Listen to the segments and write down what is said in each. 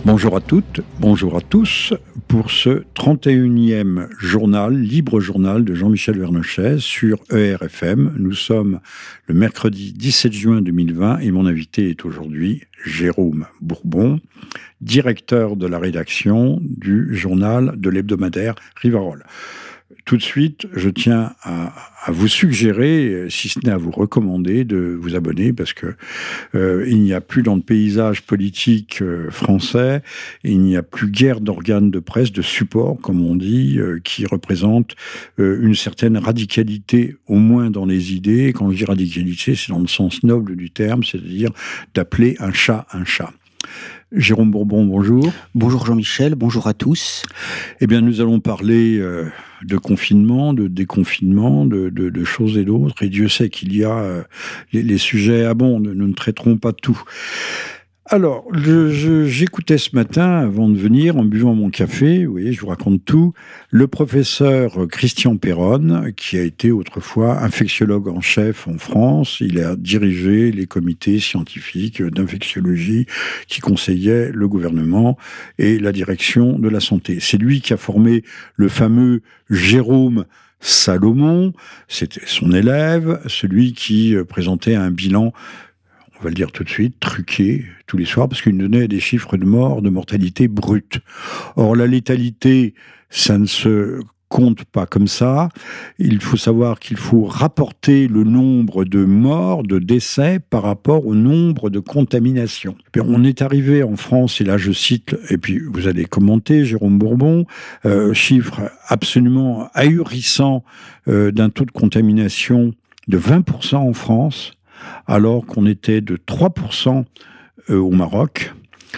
Bonjour à toutes, bonjour à tous pour ce 31e journal, libre journal de Jean-Michel Vernochet sur ERFM. Nous sommes le mercredi 17 juin 2020 et mon invité est aujourd'hui Jérôme Bourbon, directeur de la rédaction du journal de l'hebdomadaire Rivarol. Tout de suite, je tiens à vous suggérer, si ce n'est à vous recommander, de vous abonner parce que il n'y a plus dans le paysage politique français, il n'y a plus guère d'organes de presse, de support, comme on dit, qui représentent une certaine radicalité, au moins dans les idées. Quand je dis radicalité, c'est dans le sens noble du terme, c'est-à-dire d'appeler un chat un chat. Jérôme Bourbon, bonjour. Bonjour Jean-Michel, bonjour à tous. Eh bien, nous allons parler de confinement, de déconfinement, de choses et d'autres. Et Dieu sait qu'il y a... les sujets abondent, nous ne traiterons pas tout. Alors, j'écoutais ce matin, avant de venir, en buvant mon café, vous voyez, je vous raconte tout, le professeur Christian Perron, qui a été autrefois infectiologue en chef en France. Il a dirigé les comités scientifiques d'infectiologie qui conseillaient le gouvernement et la direction de la santé. C'est lui qui a formé le fameux Jérôme Salomon, c'était son élève, celui qui présentait un bilan, on va le dire tout de suite, truqué tous les soirs, parce qu'il nous donnait des chiffres de mort, de mortalité brute. Or, la létalité, ça ne se compte pas comme ça. Il faut savoir qu'il faut rapporter le nombre de morts, de décès, par rapport au nombre de contaminations. Puis on est arrivé en France, et là je cite, et puis vous allez commenter, Jérôme Bourbon, chiffre absolument ahurissant d'un taux de contamination de 20% en France, alors qu'on était de 3% au Maroc,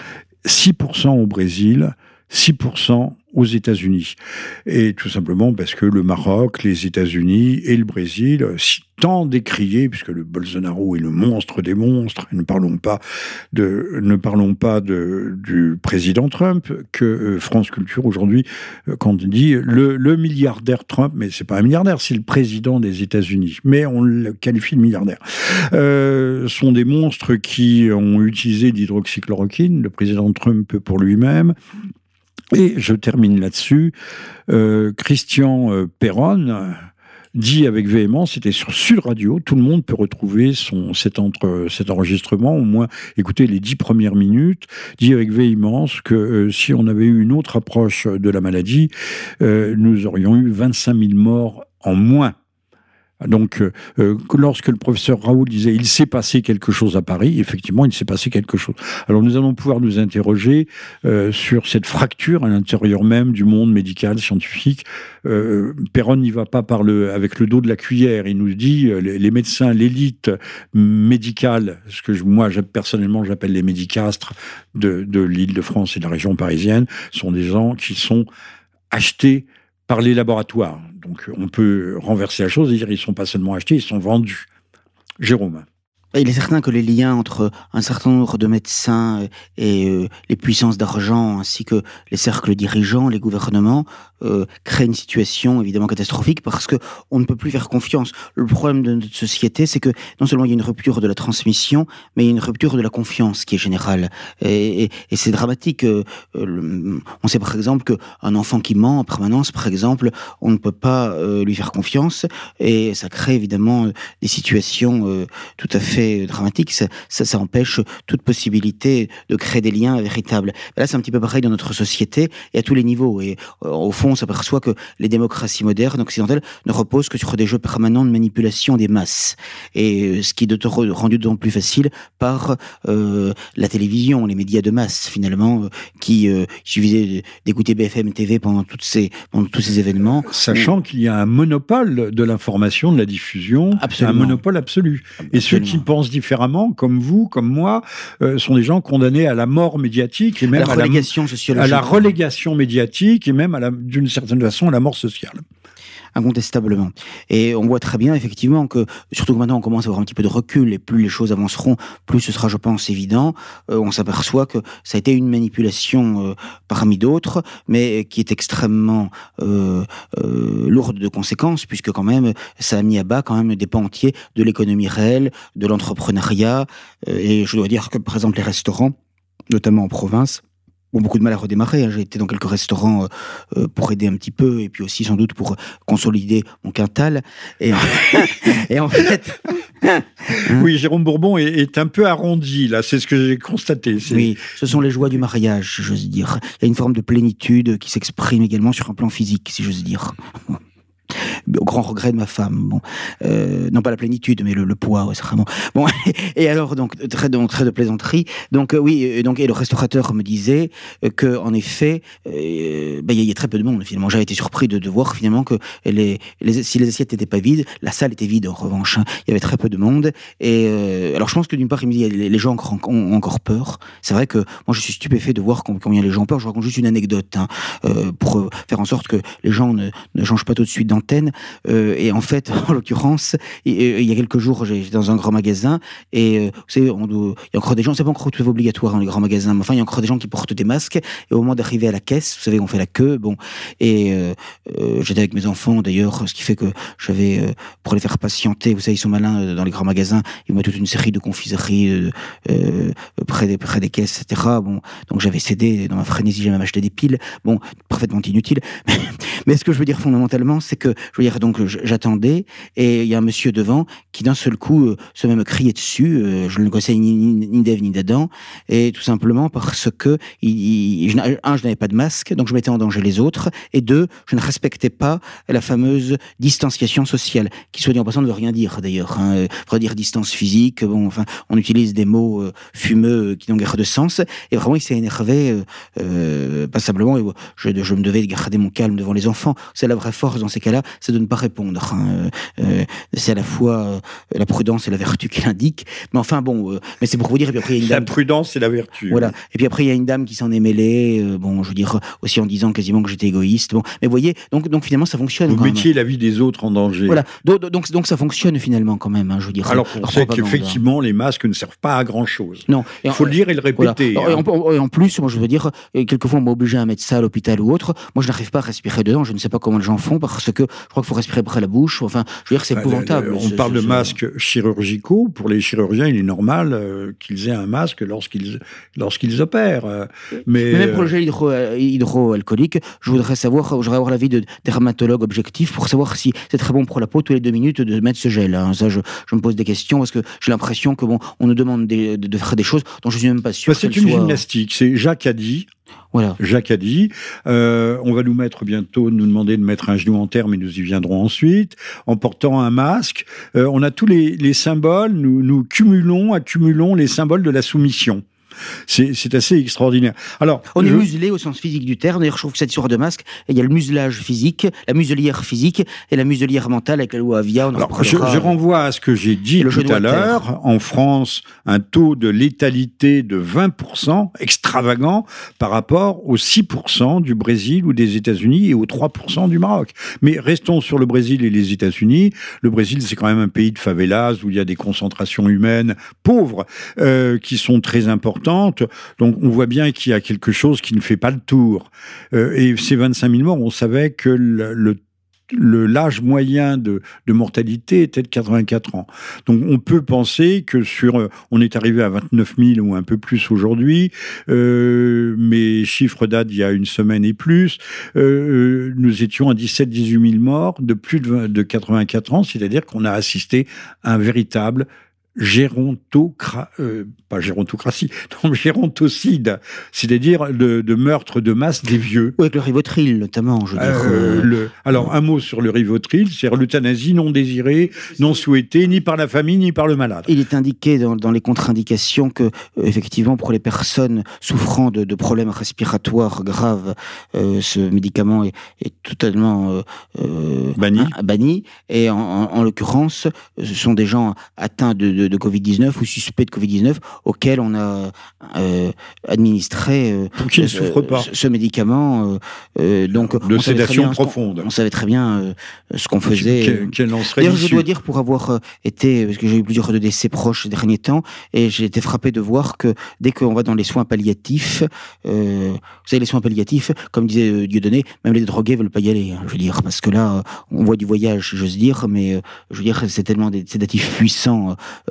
6% au Brésil, 6% aux États-Unis. Et tout simplement parce que le Maroc, les États-Unis et le Brésil, si tant décriés, puisque le Bolsonaro est le monstre des monstres, et ne parlons pas du président Trump, que France Culture aujourd'hui, quand on dit le milliardaire Trump, mais c'est pas un milliardaire, c'est le président des États-Unis, mais on le qualifie de milliardaire, sont des monstres qui ont utilisé l'hydroxychloroquine, le président Trump pour lui-même. Et je termine là-dessus. Christian Perron dit avec véhémence, c'était sur Sud Radio, tout le monde peut retrouver cet enregistrement, au moins écoutez les 10 premières minutes, dit avec véhémence que si on avait eu une autre approche de la maladie, nous aurions eu 25 000 morts en moins. Donc, lorsque le professeur Raoult disait « il s'est passé quelque chose à Paris », effectivement, il s'est passé quelque chose. Alors, nous allons pouvoir nous interroger sur cette fracture à l'intérieur même du monde médical, scientifique. Perron n'y va pas avec le dos de la cuillère. Il nous dit les médecins, l'élite médicale, ce que moi, personnellement, j'appelle les médicastres de l'Île-de-France et de la région parisienne, sont des gens qui sont achetés par les laboratoires. Donc on peut renverser la chose et dire ils ne sont pas seulement achetés, ils sont vendus. Jérôme. Il est certain que les liens entre un certain nombre de médecins et les puissances d'argent, ainsi que les cercles dirigeants, les gouvernements, créent une situation évidemment catastrophique parce que on ne peut plus faire confiance. Le problème de notre société, c'est que non seulement il y a une rupture de la transmission, mais il y a une rupture de la confiance qui est générale. Et c'est dramatique. On sait par exemple qu'un enfant qui ment en permanence, par exemple, on ne peut pas lui faire confiance, et ça crée évidemment des situations tout à fait dramatique, ça empêche toute possibilité de créer des liens véritables. Là, c'est un petit peu pareil dans notre société et à tous les niveaux. Et au fond, on s'aperçoit que les démocraties modernes, occidentales, ne reposent que sur des jeux permanents de manipulation des masses. Et ce qui est rendu d'autant plus facile par la télévision, les médias de masse, finalement, qui suffisait d'écouter BFM TV pendant tous ces événements. Sachant qu'il y a un monopole de l'information, de la diffusion, Absolument. Un monopole absolu. Et ceux qui pensent différemment, comme vous, comme moi, sont des gens condamnés à la mort médiatique et même à la relégation sociologique. À la relégation médiatique et même d'une certaine façon à la mort sociale. Incontestablement. Et on voit très bien, effectivement, que, surtout que maintenant on commence à avoir un petit peu de recul, et plus les choses avanceront, plus ce sera, je pense, évident. On s'aperçoit que ça a été une manipulation parmi d'autres, mais qui est extrêmement lourde de conséquences, puisque quand même, ça a mis à bas quand même des pans entiers de l'économie réelle, de l'entrepreneuriat, et je dois dire que, par exemple, les restaurants, notamment en province, beaucoup de mal à redémarrer. Hein. J'ai été dans quelques restaurants pour aider un petit peu, et puis aussi sans doute pour consolider mon quintal. Et en fait... Oui, Jérôme Bourbon est un peu arrondi, là, c'est ce que j'ai constaté. Oui, ce sont les joies du mariage, j'ose dire. Il y a une forme de plénitude qui s'exprime également sur un plan physique, si j'ose dire. Au grand regret de ma femme. Bon, non pas la plénitude, mais le poids, ouais, c'est vraiment. Bon, et alors donc très de plaisanterie. Donc oui, donc et le restaurateur me disait que en effet, il y a très peu de monde finalement. J'avais été surpris de voir finalement que si les assiettes n'étaient pas vides, la salle était vide en revanche. Hein. Il y avait très peu de monde. Et alors je pense que d'une part il me dit les gens ont encore peur. C'est vrai que moi je suis stupéfait de voir combien les gens ont peur. Je raconte juste une anecdote pour faire en sorte que les gens ne changent pas tout de suite d'antenne. Et en fait, en l'occurrence, il y a quelques jours, j'étais dans un grand magasin et vous savez, il y a encore des gens, c'est pas encore tout à fait obligatoire dans les grands magasins, mais enfin, il y a encore des gens qui portent des masques. Et au moment d'arriver à la caisse, vous savez, on fait la queue, bon, et j'étais avec mes enfants d'ailleurs, ce qui fait que j'avais, pour les faire patienter, vous savez, ils sont malins dans les grands magasins, ils mettent toute une série de confiseries près des caisses, etc. Bon, donc j'avais cédé dans ma frénésie, j'ai même acheté des piles, bon, parfaitement inutile. Mais ce que je veux dire fondamentalement, c'est que je veux dire, donc j'attendais et il y a un monsieur devant qui d'un seul coup se met me crier dessus. Je ne le connaissais ni d'Ève ni d'Adam, et tout simplement parce que je n'avais pas de masque, donc je mettais en danger les autres, et deux, je ne respectais pas la fameuse distanciation sociale, qui soit dit en passant ne veut rien dire d'ailleurs. Hein. Faudrait dire distance physique. Bon, enfin, on utilise des mots fumeux qui n'ont guère de sens. Et vraiment, il s'est énervé passablement. Et je me devais garder mon calme devant les enfants. C'est la vraie force dans ces cas-là, c'est de ne pas répondre. Hein. C'est à la fois la prudence et la vertu qui l'indiquent. Mais enfin bon, mais c'est pour vous dire. Et puis après, il y a une dame. La prudence et la vertu. Voilà. Et puis après, il y a une dame qui s'en est mêlée. Bon, je veux dire aussi en disant quasiment que j'étais égoïste. Bon, mais vous voyez, donc finalement, ça fonctionne. Vous mettiez la vie des autres en danger. Voilà. Donc ça fonctionne finalement quand même. Hein, je veux dire. Alors on sait qu'effectivement, les masques ne servent pas à grand chose. Non. Il faut le dire et le répéter. Voilà. Hein. Et en plus, moi, je veux dire, quelquefois, on m'a obligé à mettre ça à l'hôpital ou autre. Moi, je n'arrive pas à respirer dedans. Je ne sais pas comment les gens font parce que je crois qu'il faut respirer près la bouche. Enfin, je veux dire, c'est épouvantable. On parle de masques chirurgicaux. Pour les chirurgiens, il est normal qu'ils aient un masque lorsqu'ils opèrent. Mais même pour le gel hydroalcoolique, je voudrais avoir l'avis de dermatologue objectif pour savoir si c'est très bon pour la peau tous les 2 minutes de mettre ce gel. Hein. Ça, je me pose des questions parce que j'ai l'impression que on nous demande de faire des choses dont je suis même pas sûr. C'est une gymnastique. C'est Jacques a dit. Voilà. Jacques a dit, on va nous demander de mettre un genou en terre, mais nous y viendrons ensuite, en portant un masque. On a tous les symboles, nous accumulons les symboles de la soumission. C'est assez extraordinaire. Alors, on est muselé au sens physique du terme. D'ailleurs, je trouve que cette histoire de masque, il y a le muselage physique, la muselière physique et la muselière mentale avec la loi Avia. Je renvoie à ce que j'ai dit tout à l'heure. En France, un taux de létalité de 20%, extravagant, par rapport aux 6% du Brésil ou des États-Unis et aux 3% du Maroc. Mais restons sur le Brésil et les États-Unis. Le Brésil, c'est quand même un pays de favelas où il y a des concentrations humaines pauvres qui sont très importantes. Donc on voit bien qu'il y a quelque chose qui ne fait pas le tour. Et ces 25 000 morts, on savait que l'âge moyen de mortalité était de 84 ans. Donc on peut penser que on est arrivé à 29 000 ou un peu plus aujourd'hui. Mes chiffres datent d'il y a une semaine et plus. Nous étions à 17-18 000 morts de plus de 84 ans, c'est-à-dire qu'on a assisté à un véritable gérontocide, c'est-à-dire de meurtre de masse des vieux. Oui, avec le Rivotril, notamment, je veux dire. Alors, un mot sur le Rivotril, c'est l'euthanasie non désirée, non souhaitée, ni par la famille, ni par le malade. Il est indiqué dans les contre-indications que, effectivement, pour les personnes souffrant de problèmes respiratoires graves, ce médicament est totalement banni. Et en l'occurrence, ce sont des gens atteints de Covid-19 ou suspects de Covid-19 auxquels on a administré ce médicament. Donc, de sédation profonde. On savait très bien ce qu'on faisait. D'ailleurs, je dois dire, pour avoir été, parce que j'ai eu plusieurs de décès proches ces derniers temps, et j'ai été frappé de voir que dès qu'on va dans les soins palliatifs, vous savez, les soins palliatifs, comme disait Dieudonné, même les drogués veulent pas y aller, hein, je veux dire, parce que là, on voit du voyage, j'ose dire, mais je veux dire, c'est tellement des sédatifs puissants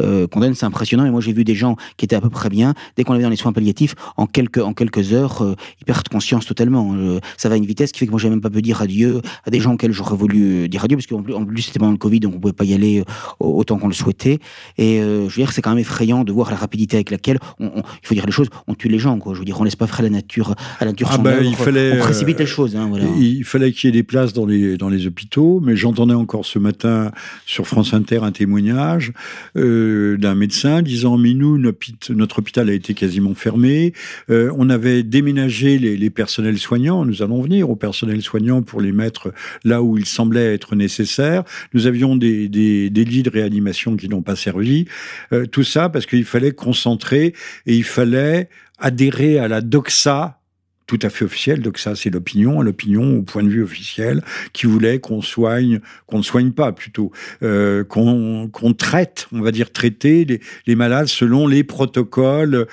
condamnent, c'est impressionnant. Et moi, j'ai vu des gens qui étaient à peu près bien. Dès qu'on les met dans les soins palliatifs, en quelques heures, ils perdent conscience totalement. Ça va à une vitesse qui fait que moi, j'ai même pas pu dire adieu à des gens auxquels j'aurais voulu dire adieu, parce qu'en plus, c'était pendant le Covid, donc on pouvait pas y aller autant qu'on le souhaitait. Et je veux dire, c'est quand même effrayant de voir la rapidité avec laquelle il faut dire les choses, on tue les gens, quoi. Je veux dire, on laisse pas faire la nature son œuvre, on précipite les choses. Voilà. Il fallait qu'il y ait des places dans les hôpitaux, mais j'entendais encore ce matin sur France Inter un témoignage d'un médecin disant mais nous, notre hôpital a été quasiment fermé, on avait déménagé les personnels soignants, nous allons venir aux personnels soignants pour les mettre là où il semblait être nécessaire, nous avions des lits de réanimation qui n'ont pas servi, tout ça parce qu'il fallait concentrer et il fallait adhérer à la doxa tout à fait officielle. Doxa, c'est l'opinion au point de vue officiel, qui voulait qu'on ne soigne pas plutôt, qu'on traite, on va dire traiter les malades selon les protocoles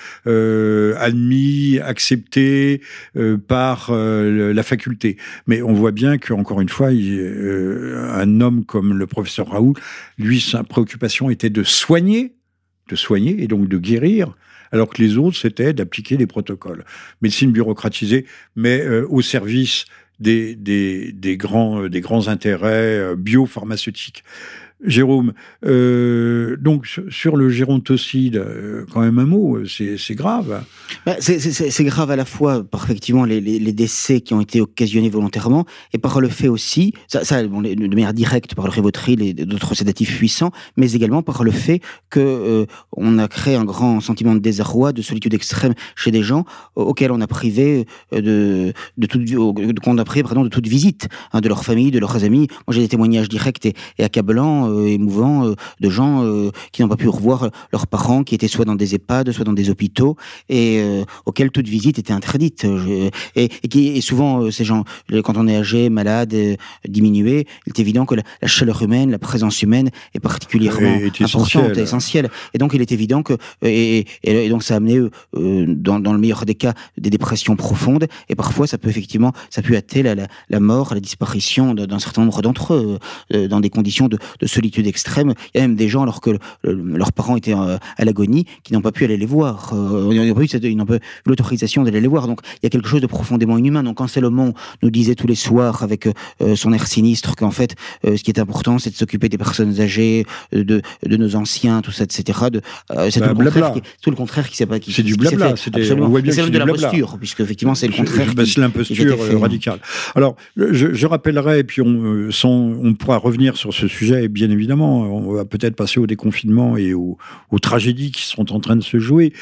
admis, acceptés par la faculté. Mais on voit bien qu'encore une fois, un homme comme le professeur Raoult, lui, sa préoccupation était de soigner et donc de guérir, alors que les autres, c'était d'appliquer des protocoles. Médecine bureaucratisée, mais au service des grands intérêts biopharmaceutiques. Jérôme, donc sur le gérontocide, quand même un mot, c'est grave. C'est grave à la fois par effectivement les décès qui ont été occasionnés volontairement et par le fait aussi, de manière directe par le Rivotril et d'autres sédatifs puissants, mais également par le fait que on a créé un grand sentiment de désarroi, de solitude extrême chez des gens auxquels on a privé de toute visite, hein, de leur famille, de leurs amis. Moi, j'ai des témoignages directs et accablants, émouvants, de gens qui n'ont pas pu revoir leurs parents, qui étaient soit dans des EHPAD, soit dans des hôpitaux, et auxquels toute visite était interdite. Et souvent, ces gens, quand on est âgé, malade, diminué, il est évident que la chaleur humaine, la présence humaine est particulièrement importante et essentielle. Et donc, il est évident que et donc ça a amené dans le meilleur des cas des dépressions profondes, et parfois ça peut hâter la mort, la disparition d'un certain nombre d'entre eux dans des conditions de solitude extrême. Il y a même des gens, alors que leurs parents étaient à l'agonie, qui n'ont pas pu aller les voir. Ils n'ont pas eu l'autorisation d'aller les voir. Donc, il y a quelque chose de profondément inhumain. Donc, quand Salomon nous disait tous les soirs, avec son air sinistre, qu'en fait, ce qui est important, c'est de s'occuper des personnes âgées, de nos anciens, tout ça, etc. C'est tout le contraire qui s'est pas... C'est du blabla. Absolument. C'est même de l'imposture, puisque effectivement, c'est le contraire. C'est l'imposture radicale. Alors, je rappellerai, et puis on pourra revenir sur ce sujet, et bien évidemment, on va peut-être passer au déconfinement et aux tragédies qui sont en train de se jouer,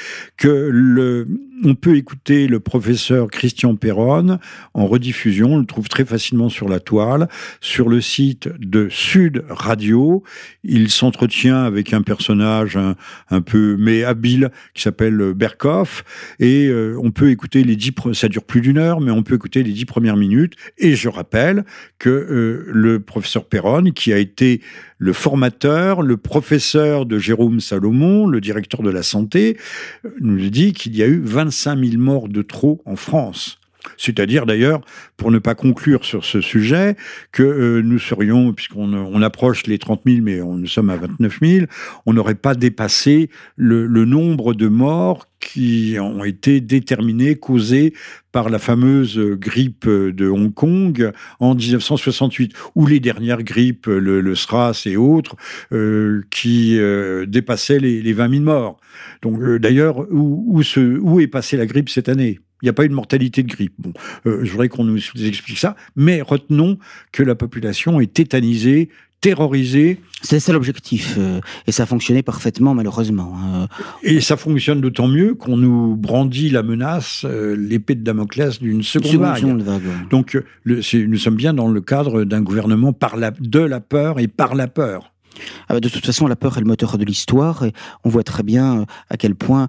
on peut écouter le professeur Christian Perron en rediffusion, on le trouve très facilement sur la toile, sur le site de Sud Radio. Il s'entretient avec un personnage un peu, mais habile, qui s'appelle Berkoff, et on peut écouter ça dure plus d'1 heure, mais on peut écouter les 10 premières minutes, et je rappelle que le professeur Perron, qui a été le formateur, le professeur de Jérôme Salomon, le directeur de la santé, nous dit qu'il y a eu 25 000 morts de trop en France. C'est-à-dire d'ailleurs, pour ne pas conclure sur ce sujet, que nous serions, puisqu'on approche les 30 000, mais nous sommes à 29 000, on n'aurait pas dépassé le nombre de morts qui ont été déterminés, causés par la fameuse grippe de Hong Kong en 1968, ou les dernières grippes, le SRAS et autres, qui dépassaient les 20 000 morts. Donc d'ailleurs, où est passée la grippe cette année ? Il n'y a pas eu de mortalité de grippe. Bon, je voudrais qu'on nous explique ça, mais retenons que la population est tétanisée, terrorisée. C'est ça l'objectif, et ça a fonctionné parfaitement, malheureusement. Et ça fonctionne d'autant mieux qu'on nous brandit la menace, l'épée de Damoclès d'une seconde vague. Donc, nous sommes bien dans le cadre d'un gouvernement de la peur et par la peur. De toute façon, la peur est le moteur de l'histoire, et on voit très bien à quel point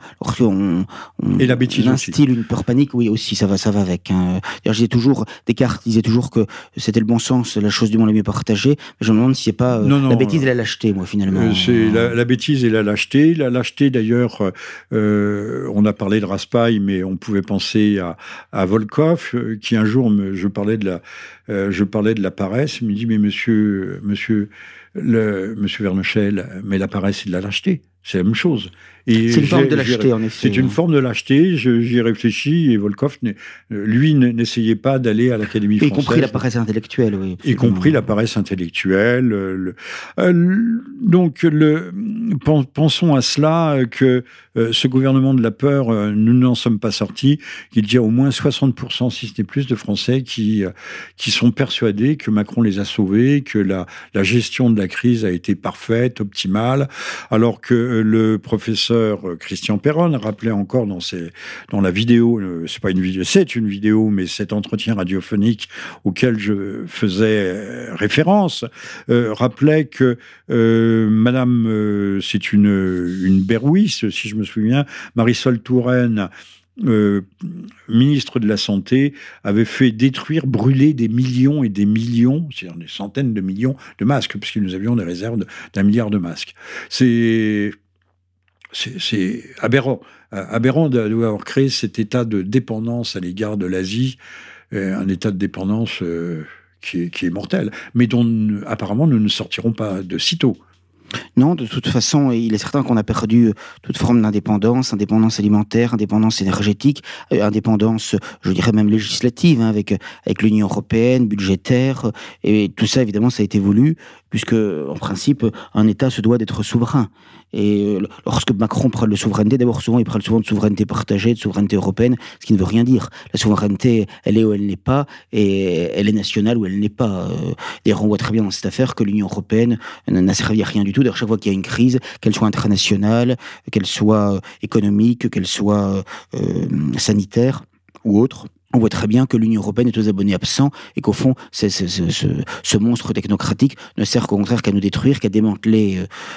et la bêtise instille une peur panique. Oui, aussi, ça va avec. Descartes disait toujours que c'était le bon sens, la chose du monde la mieux partagée. Mais je me demande si c'est pas la bêtise et la lâcheté, moi, finalement. C'est la bêtise et la lâcheté. La lâcheté, d'ailleurs, on a parlé de Raspail, mais on pouvait penser à Volkov, qui un jour, je parlais de la paresse, il me dit, mais monsieur Vernechel, mais la paresse, c'est de la lâcheté. C'est la même chose. Et c'est une forme de lâcheté, en effet. C'est une forme de lâcheté, j'y ai réfléchi, et Volkov, lui, n'essayait pas d'aller à l'Académie française. Y compris la paresse intellectuelle, oui. Y compris la paresse intellectuelle. Donc, pensons à cela, que ce gouvernement de la peur, nous n'en sommes pas sortis, qu'il y a au moins 60%, si ce n'est plus, de Français qui sont persuadés que Macron les a sauvés, que la gestion de la crise a été parfaite, optimale, alors que le professeur Christian Perron rappelait encore dans la vidéo, c'est une vidéo, mais cet entretien radiophonique auquel je faisais référence, rappelait que Madame, c'est une Berrouisse, si je me souviens, Marisol Touraine, ministre de la Santé, avait fait brûler des millions et des millions, c'est-à-dire des centaines de millions de masques, puisque nous avions des réserves d'1 milliard de masques. C'est aberrant. Aberrant d'avoir créé cet état de dépendance à l'égard de l'Asie, un état de dépendance qui est mortel, mais dont apparemment nous ne sortirons pas de sitôt. Non, de toute façon, il est certain qu'on a perdu toute forme d'indépendance, indépendance alimentaire, indépendance énergétique, indépendance, je dirais même législative, avec l'Union européenne, budgétaire, et tout ça, évidemment, ça a été voulu, puisque, en principe, un État se doit d'être souverain. Et lorsque Macron parle de souveraineté, d'abord souvent il parle souvent de souveraineté partagée, de souveraineté européenne, ce qui ne veut rien dire. La souveraineté, elle est ou elle n'est pas, et elle est nationale ou elle n'est pas. D'ailleurs, on voit très bien dans cette affaire que l'Union européenne n'a servi à rien du tout. D'ailleurs, chaque fois qu'il y a une crise, qu'elle soit internationale, qu'elle soit économique, qu'elle soit sanitaire ou autre, on voit très bien que l'Union européenne est aux abonnés absents et qu'au fond, ce monstre technocratique ne sert qu'au contraire qu'à nous détruire, qu'à démanteler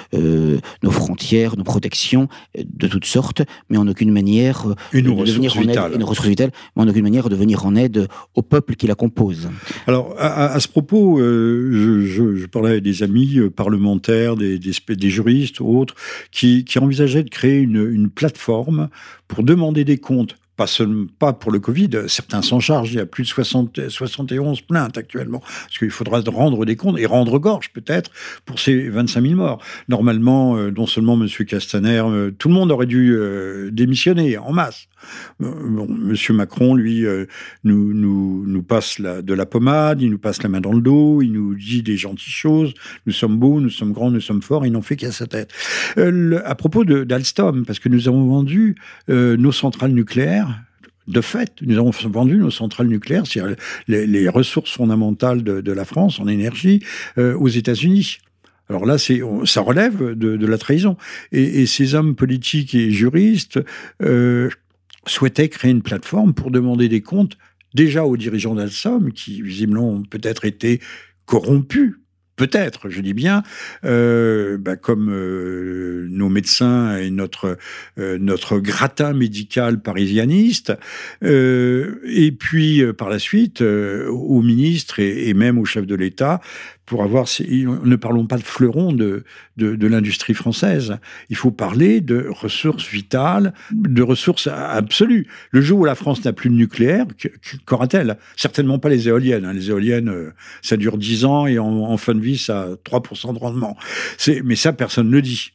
nos frontières, nos protections de toutes sortes, mais en aucune manière nos ressources vitales, mais en aucune manière de venir en aide au peuple qui la compose. Alors, à ce propos, je parlais avec des amis parlementaires, des juristes ou autres, qui envisageaient de créer une plateforme pour demander des comptes. Pas pour le Covid, certains s'en chargent, il y a plus de 71 plaintes actuellement, parce qu'il faudra rendre des comptes, et rendre gorge peut-être, pour ces 25 000 morts. Normalement, non seulement M. Castaner, tout le monde aurait dû démissionner en masse. M. Macron, lui, nous passe de la pommade, il nous passe la main dans le dos, il nous dit des gentilles choses, nous sommes beaux, nous sommes grands, nous sommes forts, il n'en fait qu'à sa tête. À propos d'Alstom, parce que nous avons vendu nos centrales nucléaires, de fait, nous avons vendu nos centrales nucléaires, c'est-à-dire les ressources fondamentales de la France en énergie, aux États-Unis. Alors là, ça relève de la trahison. Et ces hommes politiques et juristes souhaitaient créer une plateforme pour demander des comptes déjà aux dirigeants d'Alstom, qui visiblement ont peut-être été corrompus. Peut-être, je dis bien, comme nos médecins et notre gratin médical parisianiste, et puis par la suite aux ministres et même au chef de l'État, pour avoir, ne parlons pas de fleurons de l'industrie française. Il faut parler de ressources vitales, de ressources absolues. Le jour où la France n'a plus de nucléaire, qu'aura-t-elle ? Certainement pas les éoliennes. Les éoliennes, ça dure 10 ans et en fin de vie, ça a 3% de rendement. Mais ça, personne ne le dit.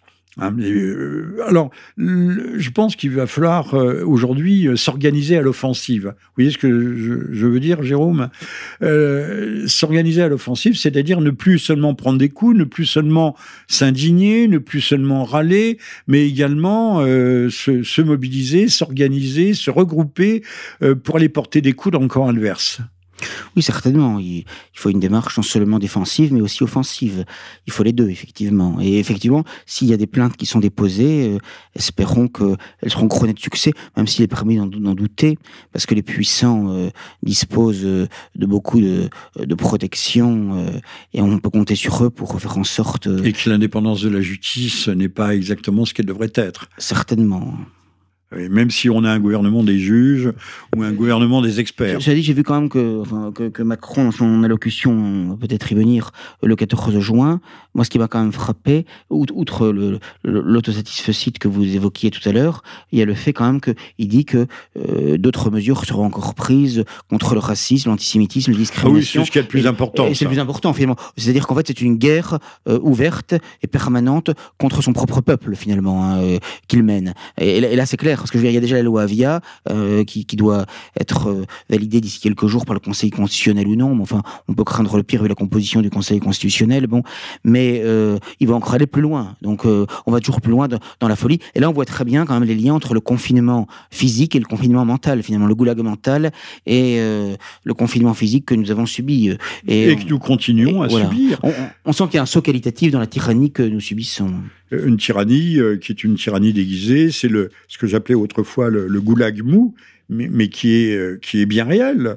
Alors, je pense qu'il va falloir aujourd'hui s'organiser à l'offensive. Vous voyez ce que je veux dire, Jérôme ? S'organiser à l'offensive, c'est-à-dire ne plus seulement prendre des coups, ne plus seulement s'indigner, ne plus seulement râler, mais également se mobiliser, s'organiser, se regrouper pour aller porter des coups dans le camp adverse. Oui, certainement. Il faut une démarche non seulement défensive, mais aussi offensive. Il faut les deux, effectivement. Et effectivement, s'il y a des plaintes qui sont déposées, espérons qu'elles seront couronnées de succès, même s'il est permis d'en douter, parce que les puissants disposent de beaucoup de protection, et on peut compter sur eux pour faire en sorte... Et que l'indépendance de la justice n'est pas exactement ce qu'elle devrait être. Certainement. Et même si on a un gouvernement des juges ou un gouvernement des experts. J'ai vu quand même que Macron, dans son allocution, on va peut-être y venir, le 14 juin, moi ce qui m'a quand même frappé, outre l'autosatisfecit que vous évoquiez tout à l'heure, il y a le fait quand même qu'il dit que d'autres mesures seront encore prises contre le racisme, l'antisémitisme, la discrimination. Ah oui, c'est ce qui est le plus important. Et c'est le plus important, finalement. C'est-à-dire qu'en fait, c'est une guerre ouverte et permanente contre son propre peuple, finalement, qu'il mène. Et là, c'est clair. Parce que je veux dire, il y a déjà la loi Avia qui doit être validée d'ici quelques jours par le Conseil constitutionnel ou non. Mais enfin, on peut craindre le pire vu la composition du Conseil constitutionnel. Bon, mais il va encore aller plus loin. Donc, on va toujours plus loin dans la folie. Et là, on voit très bien quand même les liens entre le confinement physique et le confinement mental. Finalement, le goulag mental et le confinement physique que nous avons subi. Et que nous continuons à subir. On sent qu'il y a un saut qualitatif dans la tyrannie que nous subissons. Une tyrannie qui est une tyrannie déguisée, c'est ce que j'appelais autrefois le goulag mou, mais qui est bien réel.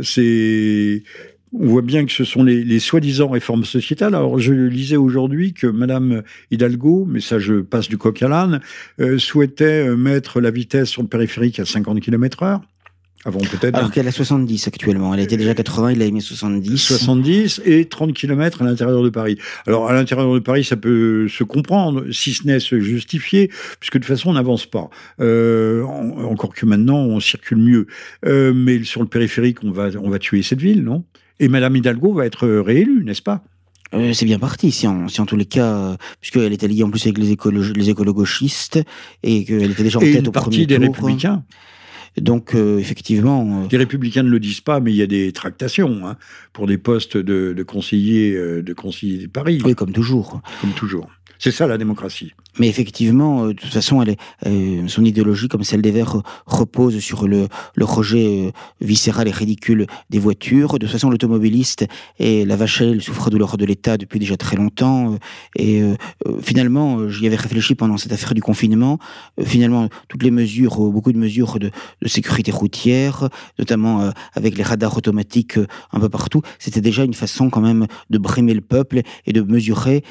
On voit bien que ce sont les soi-disant réformes sociétales. Alors, je lisais aujourd'hui que Madame Hidalgo, mais ça je passe du coq à l'âne, souhaitait mettre la vitesse sur le périphérique à 50 km/h. Alors qu'elle a 70 actuellement. Elle était déjà 80, il a mis 70. 70 et 30 km à l'intérieur de Paris. Alors, à l'intérieur de Paris, ça peut se comprendre, si ce n'est se justifier, puisque de toute façon, on n'avance pas. Encore que maintenant, on circule mieux. Mais sur le périphérique, on va tuer cette ville, non ? Et Madame Hidalgo va être réélue, n'est-ce pas ? C'est bien parti, si en tous les cas, puisqu'elle était liée en plus avec les écolo-gauchistes, et qu'elle était déjà en tête au premier tour. Et une partie des Républicains. Donc, effectivement... Les Républicains ne le disent pas, mais il y a des tractations pour des postes de conseillers de Paris. Oui, comme toujours. Comme toujours. C'est ça, la démocratie. Mais effectivement, de toute façon, son idéologie, comme celle des Verts, repose sur le rejet viscéral et ridicule des voitures. De toute façon, l'automobiliste et la vache à lait, le souffre-douleur de l'État depuis déjà très longtemps. Et finalement, j'y avais réfléchi pendant cette affaire du confinement. Finalement, toutes les mesures, beaucoup de mesures de sécurité routière, notamment avec les radars automatiques un peu partout, c'était déjà une façon quand même de brimer le peuple et de mesurer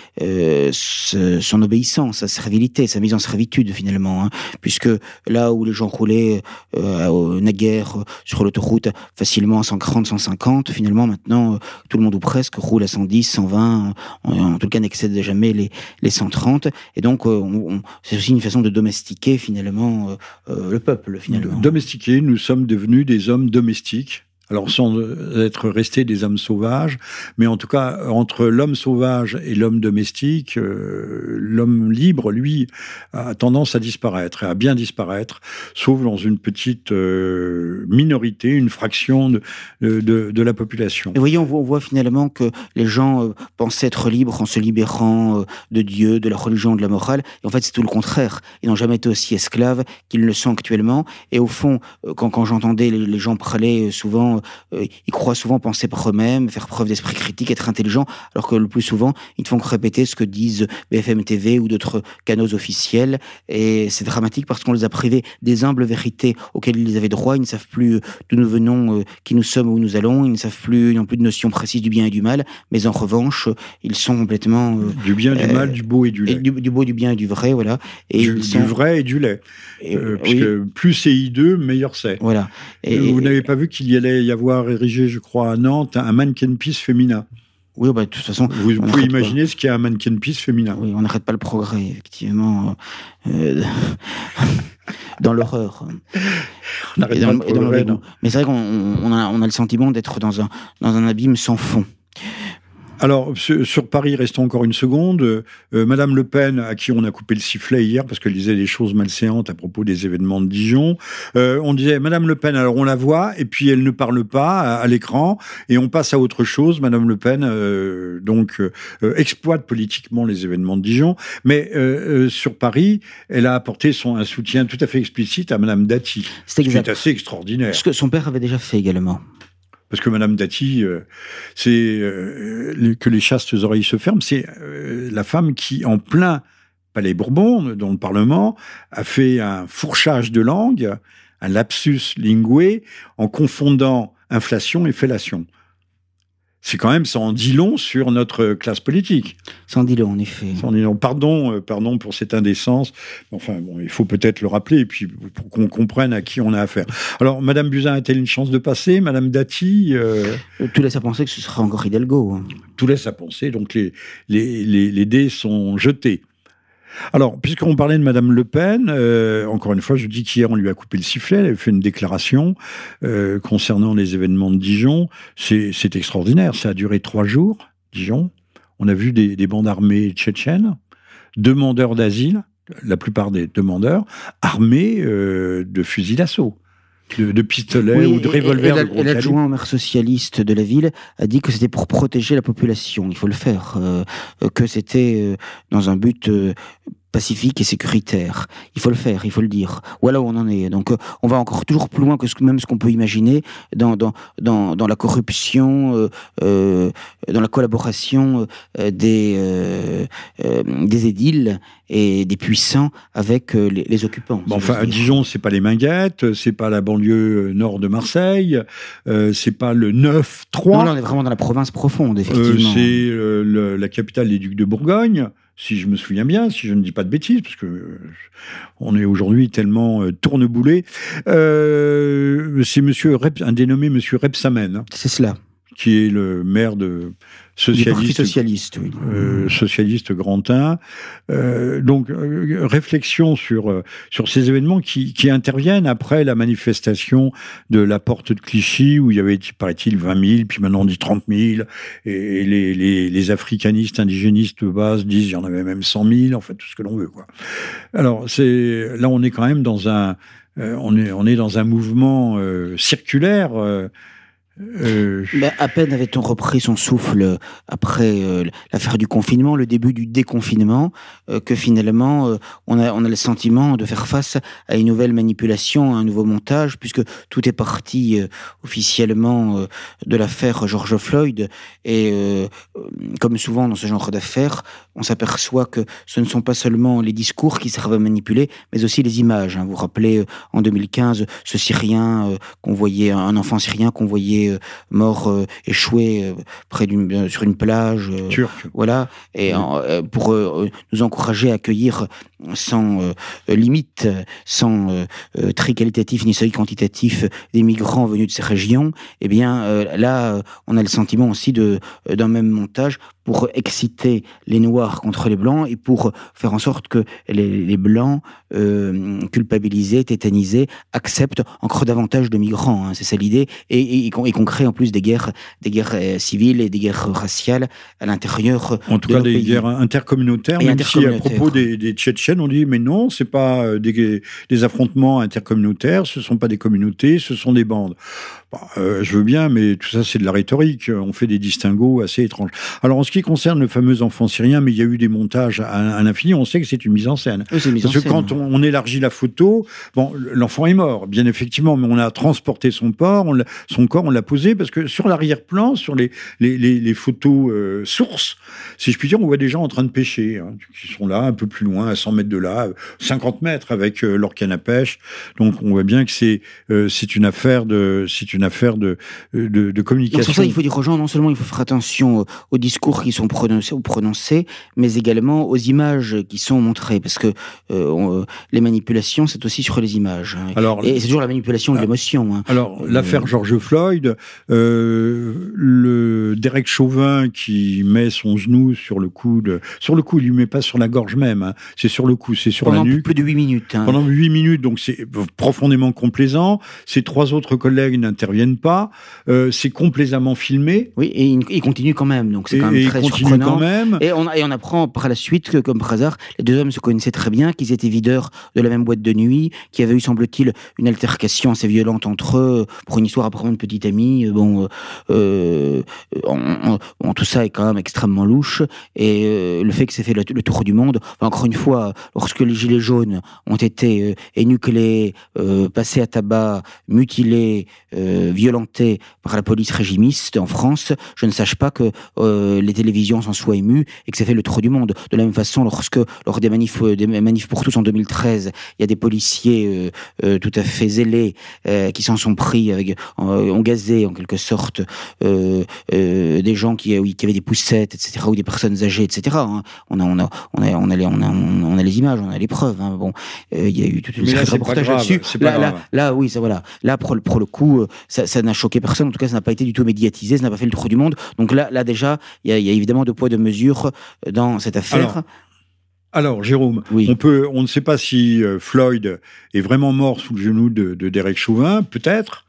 son obéissance, sa servilité, sa mise en servitude finalement, puisque là où les gens roulaient naguère sur l'autoroute facilement à 140, 150, finalement maintenant tout le monde ou presque roule à 110, 120, en tout cas n'excède jamais les 130, et donc c'est aussi une façon de domestiquer finalement le peuple finalement. Domestiquer, nous sommes devenus des hommes domestiques. Alors, sans être restés des hommes sauvages, mais en tout cas, entre l'homme sauvage et l'homme domestique, l'homme libre, lui, a tendance à disparaître, et à bien disparaître, sauf dans une petite minorité, une fraction de la population. Et voyez, on voit finalement que les gens pensaient être libres en se libérant de Dieu, de la religion, de la morale, et en fait, c'est tout le contraire. Ils n'ont jamais été aussi esclaves qu'ils le sont actuellement, et au fond, quand j'entendais les gens parler souvent, ils croient souvent penser par eux-mêmes, faire preuve d'esprit critique, être intelligents, alors que le plus souvent, ils ne font que répéter ce que disent BFM TV ou d'autres canaux officiels. Et c'est dramatique parce qu'on les a privés des humbles vérités auxquelles ils avaient droit. Ils ne savent plus d'où nous venons, qui nous sommes, où nous allons. Ils ne savent plus, ils n'ont plus de notion précise du bien et du mal. Mais en revanche, ils sont complètement... du bien, du mal, du beau et du lait. Du beau, du bien et du vrai, voilà. Et du vrai et du lait. Puisque plus c'est hideux, meilleur c'est. Voilà. Vous n'avez pas vu qu'il y allait y avoir érigé, je crois, à Nantes, un mannequin piece féminin. Oui, de toute façon... Vous pouvez imaginer ce qu'est un mannequin piece féminin. Oui, on n'arrête pas le progrès, effectivement, dans l'horreur. On n'arrête pas le progrès, non. Mais c'est vrai qu'on a le sentiment d'être dans un abîme sans fond. Alors, sur Paris, restons encore une seconde. Madame Le Pen, à qui on a coupé le sifflet hier parce qu'elle disait des choses malséantes à propos des événements de Dijon, on disait Madame Le Pen, alors on la voit et puis elle ne parle pas à l'écran et on passe à autre chose. Madame Le Pen, exploite politiquement les événements de Dijon, mais sur Paris, elle a apporté un soutien tout à fait explicite à Madame Dati, ce qui est assez extraordinaire. Ce que son père avait déjà fait également. Parce que Madame Dati, c'est que les chastes oreilles se ferment, c'est la femme qui, en plein Palais Bourbon, dans le Parlement, a fait un fourchage de langue, un lapsus linguae, en confondant inflation et fellation. C'est quand même, ça en dit long sur notre classe politique. Ça en dit long, en effet. Ça en dit long. Pardon pour cette indécence. Enfin, bon, il faut peut-être le rappeler, et puis pour qu'on comprenne à qui on a affaire. Alors, Madame Buzyn a-t-elle une chance de passer? Madame Dati Tout laisse à penser que ce sera encore Hidalgo. Tout laisse à penser. Donc, les dés sont jetés. Alors, puisqu'on parlait de Madame Le Pen, encore une fois, je dis qu'hier, on lui a coupé le sifflet, elle avait fait une déclaration concernant les événements de Dijon. C'est extraordinaire, ça a duré 3 jours, Dijon. On a vu des bandes armées tchétchènes, demandeurs d'asile, la plupart des demandeurs, armés de fusils d'assaut. De pistolets ou de revolvers de gros calibre. Et l'adjoint au maire socialiste de la ville a dit que c'était pour protéger la population, il faut le faire, que c'était dans un but pacifique et sécuritaire. Il faut le faire, il faut le dire. Voilà où on en est. Donc on va encore toujours plus loin que même ce qu'on peut imaginer dans la corruption, dans la collaboration des édiles et des puissants avec les occupants. Bon, enfin, à Dijon, c'est pas les Minguettes, c'est pas la banlieue nord de Marseille, c'est pas le 9-3. Non, là, on est vraiment dans la province profonde, effectivement. C'est la capitale des Ducs de Bourgogne, si je me souviens bien, si je ne dis pas de bêtises, parce que on est aujourd'hui tellement tourneboulé. C'est un dénommé Monsieur Rebsamen. C'est cela. Qui est le maire de socialiste, oui. Socialiste Grantin. Donc, réflexion sur ces événements qui interviennent après la manifestation de la porte de Clichy, où il y avait, paraît-il, 20 000, puis maintenant on dit 30 000, et les africanistes, indigénistes de base disent il y en avait même 100 000, en fait, tout ce que l'on veut, quoi. Alors, là, on est quand même dans un mouvement circulaire. Mais à peine avait-on repris son souffle après l'affaire du confinement, le début du déconfinement, que finalement on a le sentiment de faire face à une nouvelle manipulation, à un nouveau montage, puisque tout est parti officiellement de l'affaire George Floyd. Et comme souvent dans ce genre d'affaires, on s'aperçoit que ce ne sont pas seulement les discours qui servent à manipuler, mais aussi les images. Vous vous rappelez, en 2015, ce Syrien qu'on voyait, un enfant syrien qu'on voyait mort échoué sur une plage, voilà, et pour nous encourager à accueillir sans limite, sans tri qualitatif ni seuil quantitatif des migrants venus de ces régions. Eh bien là, on a le sentiment aussi d'un même montage pour exciter les Noirs contre les Blancs et pour faire en sorte que les Blancs, culpabilisés, tétanisés, acceptent encore davantage de migrants. C'est ça l'idée. Et qu'on crée en plus des guerres civiles et des guerres raciales à l'intérieur. En tout cas, des guerres intercommunautaires, même si à propos des Tchétchènes, on dit mais non, c'est pas des affrontements intercommunautaires, ce sont pas des communautés, ce sont des bandes. Je veux bien, mais tout ça, c'est de la rhétorique. On fait des distinguos assez étranges. Alors, en ce qui concerne le fameux enfant syrien, mais il y a eu des montages à l'infini, on sait que c'est une mise en scène. Oui, parce que quand on élargit la photo, bon, l'enfant est mort, bien effectivement, mais on a transporté son corps, on l'a posé, parce que sur l'arrière-plan, sur les photos sources, si je puis dire, on voit des gens en train de pêcher, qui sont là, un peu plus loin, à 100 mètres de là, 50 mètres avec leur canne à pêche. Donc, on voit bien que c'est une affaire de communication. Donc, pour ça, il faut dire aux gens, non seulement il faut faire attention aux discours qui sont prononcés, mais également aux images qui sont montrées, parce que les manipulations, c'est aussi sur les images. Et c'est toujours la manipulation de l'émotion. Alors, l'affaire George Floyd, le Derek Chauvin qui met son genou sur le cou, il lui met pas sur la gorge même, c'est sur le cou, c'est sur la nuque. Pendant plus de 8 minutes. Pendant 8 minutes, donc c'est profondément complaisant. Ses 3 autres collègues n'interviennent pas. C'est complaisamment filmé. Oui, et il continue quand même, donc c'est quand même très surprenant. Et on apprend par la suite que, comme par hasard, les 2 hommes se connaissaient très bien, qu'ils étaient videurs de la même boîte de nuit, qu'il y avait eu, semble-t-il, une altercation assez violente entre eux, pour une histoire apparemment de petite amie. Tout ça est quand même extrêmement louche, et le fait que c'est fait le tour du monde, encore une fois, lorsque les gilets jaunes ont été énuclés, passés à tabac, mutilés, violentés par la police régimiste en France, je ne sache pas que les télévisions s'en soient émues et que ça fait le tour du monde. De la même façon, lors des manifs pour tous en 2013, il y a des policiers tout à fait zélés qui s'en sont pris, ont gazé médiatiser en quelque sorte des gens qui avaient des poussettes, etc., ou des personnes âgées, etc. Hein. On a les images, on a les preuves. Hein. Bon, il y a eu toute une série de reportages là-dessus. Là, oui, ça voilà. Là, pour le coup, ça n'a choqué personne. En tout cas, ça n'a pas été du tout médiatisé, ça n'a pas fait le tour du monde. Donc là déjà, il y a évidemment deux poids deux mesures dans cette affaire. Alors, Jérôme, oui. on ne sait pas si Floyd est vraiment mort sous le genou de Derek Chauvin, peut-être,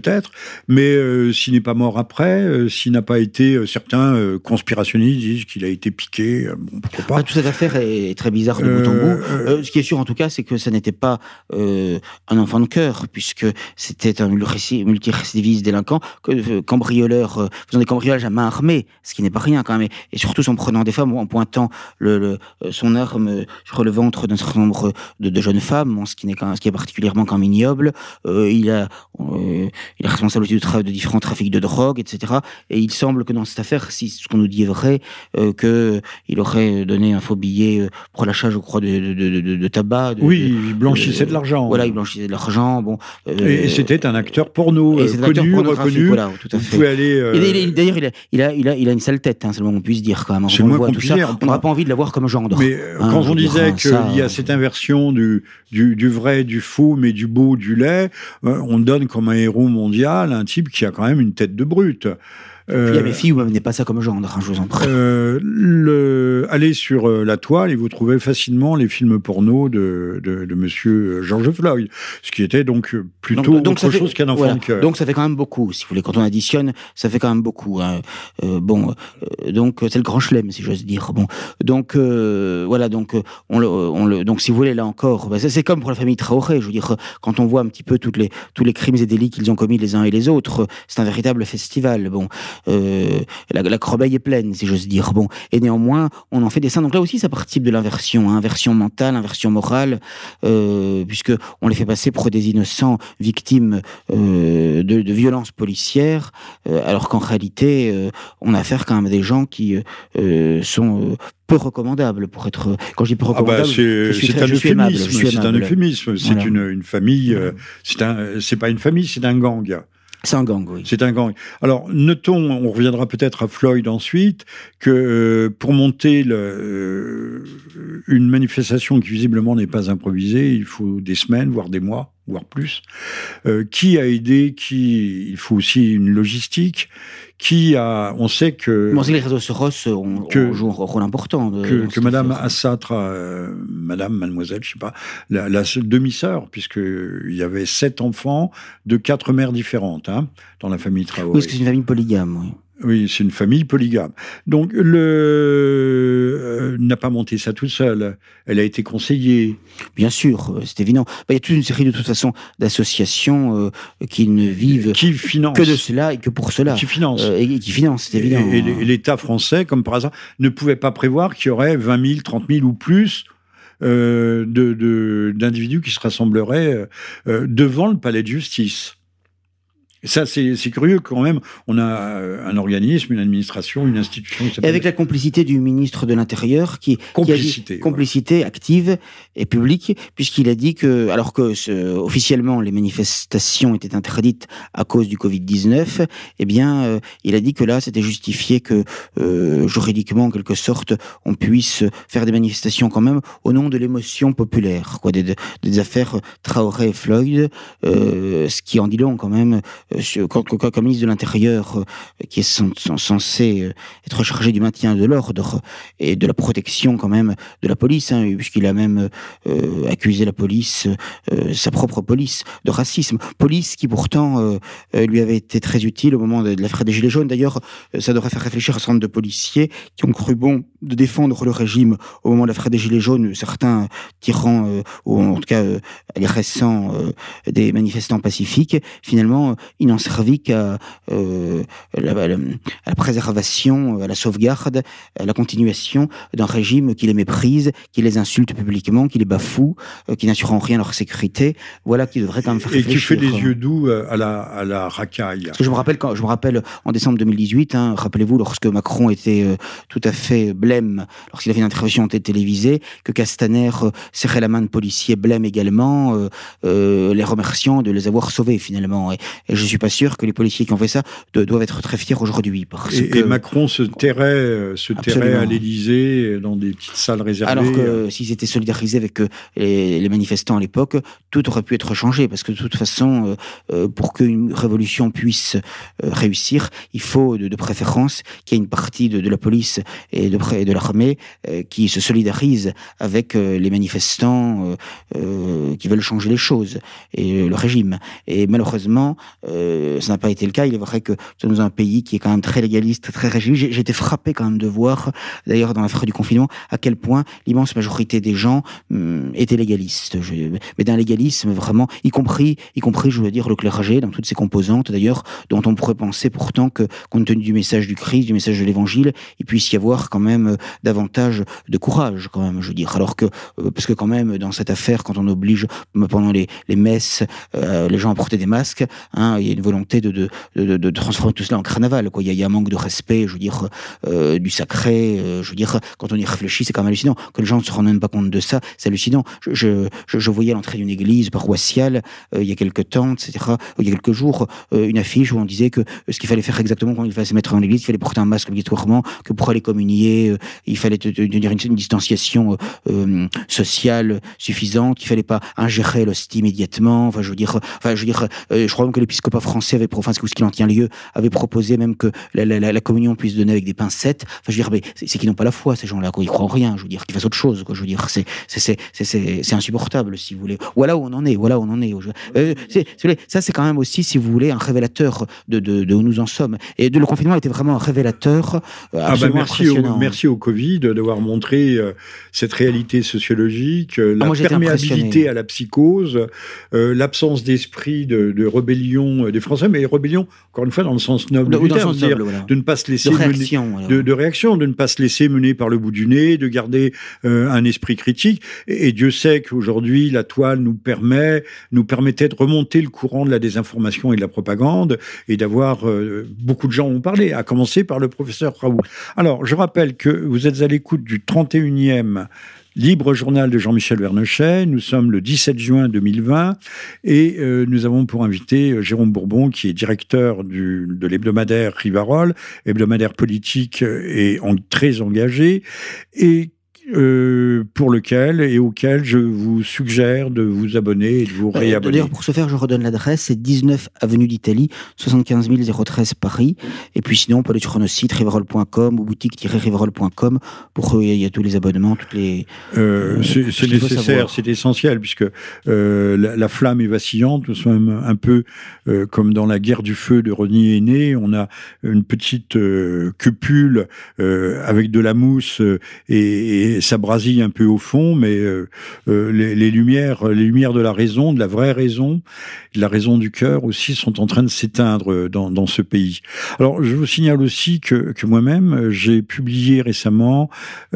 mais s'il n'est pas mort après, s'il n'a pas été, certains conspirationnistes disent qu'il a été piqué, bon, pourquoi pas. Toute cette affaire est très bizarre de bout en bout. Ce qui est sûr en tout cas, c'est que ça n'était pas un enfant de cœur, puisque c'était un multirécidiviste délinquant, cambrioleur, faisant des cambriolages à main armée, ce qui n'est pas rien quand même, et surtout en prenant des femmes, ou en pointant son arme sur le ventre d'un certain nombre de jeunes femmes, ce qui est particulièrement quand même ignoble. Il est responsable aussi de différents trafics de drogue, etc. Et il semble que dans cette affaire, si ce qu'on nous dit est vrai, qu'il aurait donné un faux billet pour l'achat, je crois, de tabac. Il blanchissait de l'argent. Voilà, il blanchissait de l'argent. Bon, et c'était un acteur porno, connu, reconnu. Voilà, tout à fait. Vous pouvez aller... D'ailleurs, il a une sale tête, hein, c'est le moins qu'on puisse dire quand même. C'est le moins qu'on puisse dire. On n'aura pas envie de l'avoir comme gendre. Mais quand on disait qu'il y a cette inversion du vrai, du faux, mais du beau, du laid, on donne comme un héros mondial un type qui a quand même une tête de brute. Il y a mes filles où m'amenez pas ça comme gendre, hein, je vous en prie. Allez sur la toile et vous trouvez facilement les films porno de monsieur George Floyd, ce qui était donc plutôt autre chose qu'un enfant de cœur. Donc ça fait quand même beaucoup, si vous voulez, quand on additionne, ça fait quand même beaucoup. Hein. Donc c'est le grand chelem, si j'ose dire. Bon, donc voilà, donc donc si vous voulez là encore, c'est comme pour la famille Traoré. Je veux dire, quand on voit un petit peu tous les crimes et délits qu'ils ont commis les uns et les autres, c'est un véritable festival. Bon. La corbeille est pleine, si j'ose dire. Bon, et néanmoins, on en fait des seins. Donc là aussi, ça participe de l'inversion, hein, inversion mentale, inversion morale, puisque on les fait passer pour des innocents victimes de violences policières, alors qu'en réalité, on a affaire quand même à des gens qui sont peu recommandables pour être. Quand je dis peu recommandables, c'est un euphémisme. C'est une famille. C'est pas une famille, c'est un gang. C'est un gang, oui. C'est un gang. Alors, notons, on reviendra peut-être à Floyd ensuite, que pour monter une manifestation qui visiblement n'est pas improvisée, il faut des semaines, voire des mois, voire plus. Qui a aidé, il faut aussi une logistique. On sait que... Bon, les réseaux sociaux jouent un rôle important. Que Madame Assatra, mademoiselle, je sais pas, la demi-sœur, puisqu'il y avait 7 enfants de 4 mères différentes, hein, dans la famille Traoré. Oui, parce que c'est une famille polygame, oui. Oui, c'est une famille polygame. Donc, n'a pas monté ça toute seule. Elle a été conseillée. Bien sûr, c'est évident. Il y a toute une série, de toute façon, d'associations qui ne vivent que de cela et que pour cela. Qui financent. Et qui financent, c'est évident. Et l'État français, comme par hasard, ne pouvait pas prévoir qu'il y aurait 20 000, 30 000 ou plus d'individus qui se rassembleraient devant le palais de justice. Et ça, c'est curieux quand même. On a un organisme, une administration, une institution. Et avec la complicité du ministre de l'Intérieur, qui a dit complicité active et publique, puisqu'il a dit que, alors que officiellement les manifestations étaient interdites à cause du Covid-19, eh bien, il a dit que là, c'était justifié que juridiquement, en quelque sorte, on puisse faire des manifestations quand même au nom de l'émotion populaire, quoi, des affaires Traoré et Floyd, ce qui en dit long quand même. Comme ministre de l'Intérieur, qui est censé être chargé du maintien de l'ordre et de la protection quand même de la police, hein, puisqu'il a même accusé la police, sa propre police, de racisme. Police qui pourtant lui avait été très utile au moment de l'affaire des Gilets jaunes. D'ailleurs, ça devrait faire réfléchir à un certain nombre de policiers qui ont cru bon de défendre le régime au moment de l'affaire des Gilets jaunes, certains tirant, ou en tout cas agressant des manifestants pacifiques. Finalement, il n'en servait qu'à la préservation, à la sauvegarde, à la continuation d'un régime qui les méprise, qui les insulte publiquement, qui les bafoue, qui n'assure en rien leur sécurité. Voilà qui devrait quand même faire réfléchir. Et qui fait des yeux doux à la racaille. Parce que je me rappelle en décembre 2018, hein, rappelez-vous, lorsque Macron était tout à fait blême blême lorsqu'il a fait une intervention télévisée, que Castaner serrait la main de policiers blême également, les remerciant de les avoir sauvés finalement. Et je suis pas sûr que les policiers qui ont fait ça doivent être très fiers aujourd'hui. Et Macron se tairait à l'Élysée dans des petites salles réservées. Alors que s'ils étaient solidarisés avec les manifestants à l'époque, tout aurait pu être changé, parce que de toute façon, pour qu'une révolution puisse réussir, il faut de préférence qu'il y ait une partie de la police et de l'armée qui se solidarise avec les manifestants qui veulent changer les choses et le régime. Et malheureusement, ça n'a pas été le cas. Il est vrai que nous sommes dans un pays qui est quand même très légaliste, très régime. J'ai été frappé quand même de voir, d'ailleurs dans l'affaire du confinement, à quel point l'immense majorité des gens étaient légalistes. Mais d'un légalisme vraiment, y compris, je veux dire, le clergé, dans toutes ses composantes, d'ailleurs, dont on pourrait penser pourtant que, compte tenu du message du Christ, du message de l'Évangile, il puisse y avoir quand même davantage de courage, quand même, je veux dire. Alors que, parce que quand même, dans cette affaire, quand on oblige pendant les messes les gens à porter des masques, il y a une volonté de transformer tout cela en carnaval, quoi. Il y a un manque de respect, je veux dire, du sacré, je veux dire, quand on y réfléchit, c'est quand même hallucinant. Que les gens ne se rendent même pas compte de ça, c'est hallucinant. Je voyais à l'entrée d'une église paroissiale, il y a quelques temps, etc., il y a quelques jours, une affiche où on disait que ce qu'il fallait faire exactement quand il fallait se mettre dans l'église, il fallait porter un masque obligatoirement, que pour aller communier, il fallait tenir une distanciation sociale suffisante, qu'il fallait pas ingérer l'hostie immédiatement. Je crois même que l'épiscopat français ce qu'il en tient lieu, avait proposé même que la communion puisse se donner avec des pincettes. Mais c'est qu'ils n'ont pas la foi, ces gens-là, quoi. Ils croient en rien, je veux dire, qu'ils fassent autre chose, quoi. Je veux dire, c'est insupportable, si vous voulez. Voilà où on en est. Ça, c'est quand même aussi, si vous voulez, un révélateur de où nous en sommes. Et le confinement était vraiment un révélateur absolument impressionnant. Merci au Covid d'avoir montré cette réalité sociologique, la perméabilité à la psychose, l'absence d'esprit de rébellion des Français, mais rébellion, encore une fois, dans le sens noble du terme, c'est-à-dire de ne pas se laisser de réaction, de ne pas se laisser mener par le bout du nez, de garder un esprit critique. Et Dieu sait qu'aujourd'hui, la toile nous permettait de remonter le courant de la désinformation et de la propagande, et d'avoir beaucoup de gens ont parlé, à commencer par le professeur Raoult. Alors, je rappelle que vous êtes à l'écoute du 31e Libre Journal de Jean-Michel Vernochet. Nous sommes le 17 juin 2020 et nous avons pour invité Jérôme Bourbon, qui est directeur de l'hebdomadaire Rivarol, hebdomadaire politique et très engagé, et pour lequel et auquel je vous suggère de vous abonner et de vous réabonner. D'ailleurs, pour ce faire, je redonne l'adresse, c'est 19 avenue d'Italie, 75 013 Paris. Et puis sinon, on peut aller sur notre site rivarol.com ou boutique-rivarol.com pour il y a tous les abonnements, toutes les... c'est nécessaire, c'est essentiel, puisque la flamme est vacillante. Nous sommes un peu comme dans la guerre du feu de Rosny Aîné. On a une petite cupule avec de la mousse et ça brasille un peu au fond, mais les lumières de la raison, de la vraie raison, de la raison du cœur aussi, sont en train de s'éteindre dans ce pays. Alors, je vous signale aussi que moi-même, j'ai publié récemment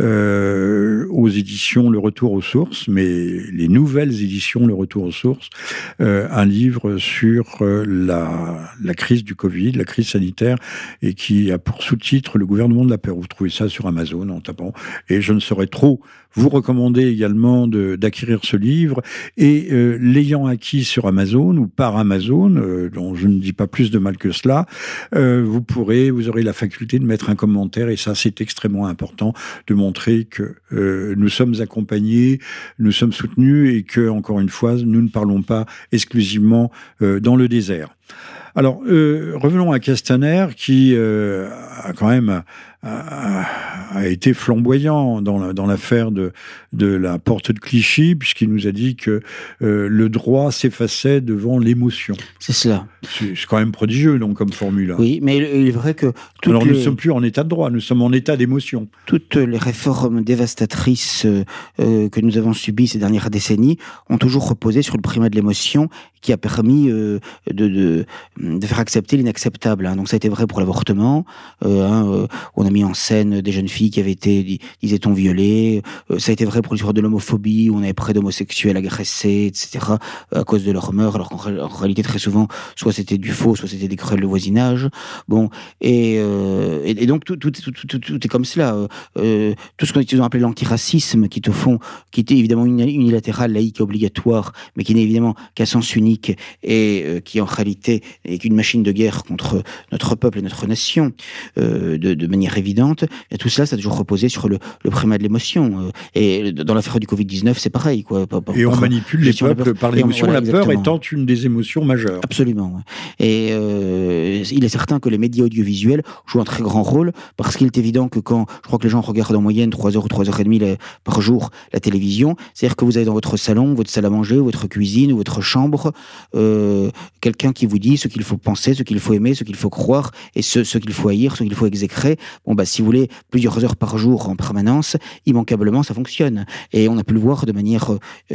aux éditions Le Retour aux Sources, mais les nouvelles éditions Le Retour aux Sources, un livre sur la crise du Covid, la crise sanitaire, et qui a pour sous-titre Le gouvernement de la peur. Vous trouvez ça sur Amazon en tapant, et je ne saurais trop vous recommander également d'acquérir ce livre, et l'ayant acquis sur Amazon ou par Amazon, dont je ne dis pas plus de mal que cela, vous aurez la faculté de mettre un commentaire, et ça c'est extrêmement important, de montrer que nous sommes accompagnés, nous sommes soutenus, et que, encore une fois, nous ne parlons pas exclusivement dans le désert. Alors, revenons à Castaner, qui a quand même a été flamboyant dans l'affaire de la porte de Clichy, puisqu'il nous a dit que le droit s'effaçait devant l'émotion. C'est cela. C'est quand même prodigieux, donc, comme formule. Oui, mais il est vrai que... Alors, nous ne sommes plus en état de droit, nous sommes en état d'émotion. Toutes les réformes dévastatrices que nous avons subies ces dernières décennies ont toujours reposé sur le primat de l'émotion, qui a permis de faire accepter l'inacceptable. Donc ça a été vrai pour l'avortement, où on a mis en scène des jeunes filles qui avaient été, disait-on, violées. Ça a été vrai pour l'histoire de l'homophobie, où on avait près d'homosexuels agressés, etc., à cause de leur mœurs, alors qu'en réalité, très souvent, soit c'était du faux, soit c'était des querelles de voisinage. Bon, et donc tout est comme cela. Tout ce qu'ils ont appelé l'antiracisme, qui au fond, qui était évidemment unilatéral, laïque et obligatoire, mais qui n'est évidemment qu'à sens unique et qui en réalité est qu'une machine de guerre contre notre peuple et notre nation, de manière évidente. Et tout cela, ça a toujours reposé sur le primat de l'émotion. Et dans l'affaire du Covid-19, c'est pareil, quoi. Et on manipule les peuples par l'émotion, voilà, la peur étant une des émotions majeures. Absolument. Ouais. Et il est certain que les médias audiovisuels jouent un très grand rôle, parce qu'il est évident que quand, je crois que les gens regardent en moyenne 3 heures ou 3 heures et demie par jour la télévision, c'est-à-dire que vous avez dans votre salon, votre salle à manger, votre cuisine ou votre chambre, quelqu'un qui vous dit ce qu'il faut penser, ce qu'il faut aimer, ce qu'il faut croire, et ce qu'il faut haïr, ce qu'il faut exécrer. Bon, bah, si vous voulez, plusieurs heures par jour en permanence, immanquablement, ça fonctionne. Et on a pu le voir de manière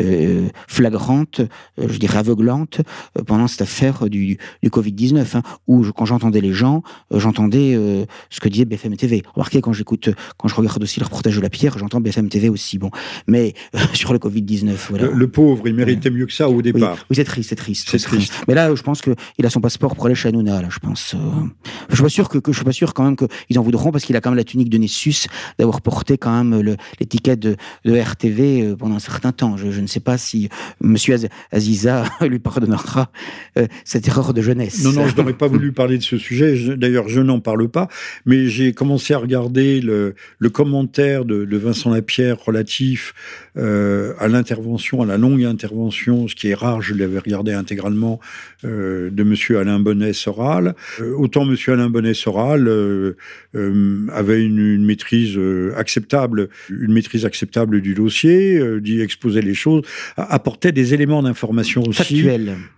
flagrante, je dirais aveuglante, pendant cette affaire du Covid-19, hein, où quand j'entendais les gens, j'entendais ce que disait BFM TV. Remarquez, quand je regarde aussi le reportage de La Pierre, j'entends BFM TV aussi. Bon, mais sur le Covid-19, voilà. Le pauvre, il méritait mieux que ça au départ. Oui, c'est triste. Mais là, je pense qu'il a son passeport pour aller chez Hanouna, là, je pense. Je suis pas sûr quand même qu'ils en voudront, parce qu'il a quand même la tunique de Nessus d'avoir porté quand même l'étiquette de RTV pendant un certain temps. Je ne sais pas si Monsieur Aziza lui pardonnera cette erreur de jeunesse. Non, je n'aurais pas voulu parler de ce sujet. D'ailleurs, je n'en parle pas. Mais j'ai commencé à regarder le commentaire de Vincent Lapierre relatif à l'intervention, à la longue intervention, ce qui est rare, je l'avais regardé intégralement, de Monsieur Alain Bonnet-Soral. Autant Monsieur Alain Bonnet-Soral avait une maîtrise acceptable du dossier, d'y exposer les choses, apportait des éléments d'information aussi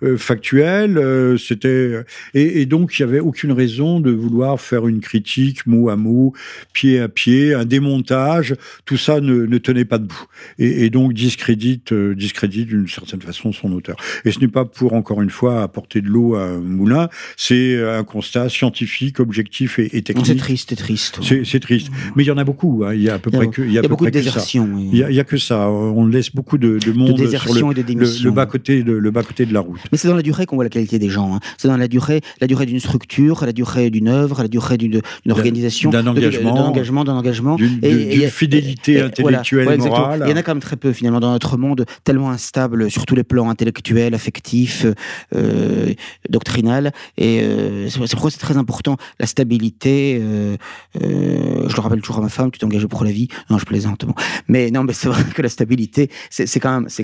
factuels. C'était et donc il y avait aucune raison de vouloir faire une critique mot à mot, pied à pied, un démontage. Tout ça ne tenait pas debout et donc discrédite d'une certaine façon son auteur. Et ce n'est pas pour, encore une fois, apporter de l'eau à un moulin. C'est un constat scientifique, objectif et technique. C'est triste. C'est triste. Mais il y en a beaucoup. Hein. Il y a à peu près que il y a beaucoup de désertions. Oui. Il y a que ça. On laisse beaucoup de monde sur le bas côté de la route. Mais c'est dans la durée qu'on voit la qualité des gens. Hein. C'est dans la durée d'une structure, la durée d'une œuvre, la durée d'une organisation, d'un engagement, d'une fidélité intellectuelle et morale. Il y en a quand même très peu finalement dans notre monde, tellement instable sur tous les plans intellectuels, affectifs, doctrinal. Et c'est pourquoi c'est très important la stabilité. Je le rappelle toujours à ma femme, tu t'es engagé pour la vie. Non, je plaisante. Bon. Mais c'est vrai que la stabilité, c'est quand même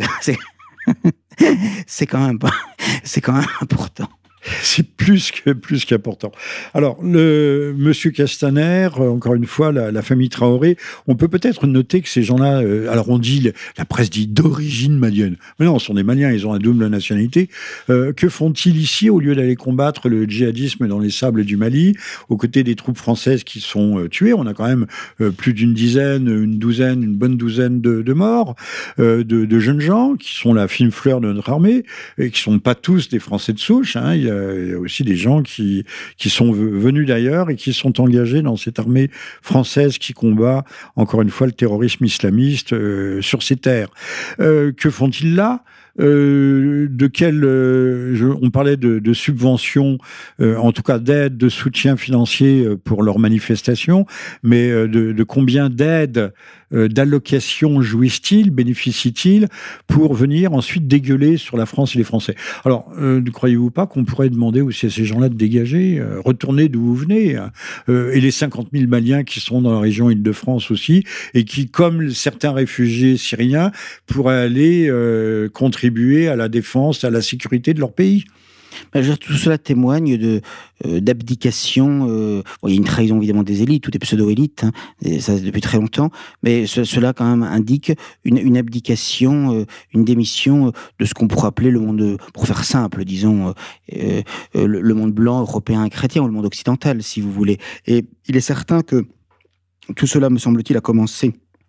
important. C'est plus qu'important. Alors, Monsieur Castaner, encore une fois, la famille Traoré, on peut peut-être noter que ces gens-là, alors la presse dit d'origine malienne. Mais non, ce sont des Maliens, ils ont un double nationalité. Que font-ils ici au lieu d'aller combattre le djihadisme dans les sables du Mali, aux côtés des troupes françaises qui sont tuées? On a quand même plus d'une dizaine, une bonne douzaine de morts, de jeunes gens qui sont la fine fleur de notre armée et qui sont pas tous des Français de souche, hein. Il y a aussi des gens qui sont venus d'ailleurs et qui sont engagés dans cette armée française qui combat, encore une fois, le terrorisme islamiste sur ces terres. Que font-ils là ? On parlait de subventions, en tout cas d'aide, de soutien financier pour leurs manifestations, mais de combien d'aides, d'allocations jouissent-ils, bénéficient-ils pour venir ensuite dégueuler sur la France et les Français? Alors, ne croyez-vous pas qu'on pourrait demander aussi à ces gens-là de dégager, retourner d'où vous venez, et les 50 000 Maliens qui sont dans la région Île-de-France aussi, et qui, comme certains réfugiés syriens, pourraient aller contribuer à la défense, à la sécurité de leur pays. Tout cela témoigne d'abdication. Il y a une trahison évidemment des élites, toutes les pseudo-élites, hein, et ça depuis très longtemps, mais cela quand même indique une abdication, une démission de ce qu'on pourrait appeler le monde, pour faire simple, disons, le monde blanc, européen et chrétien, ou le monde occidental, si vous voulez. Et il est certain que tout cela, me semble-t-il, a commencé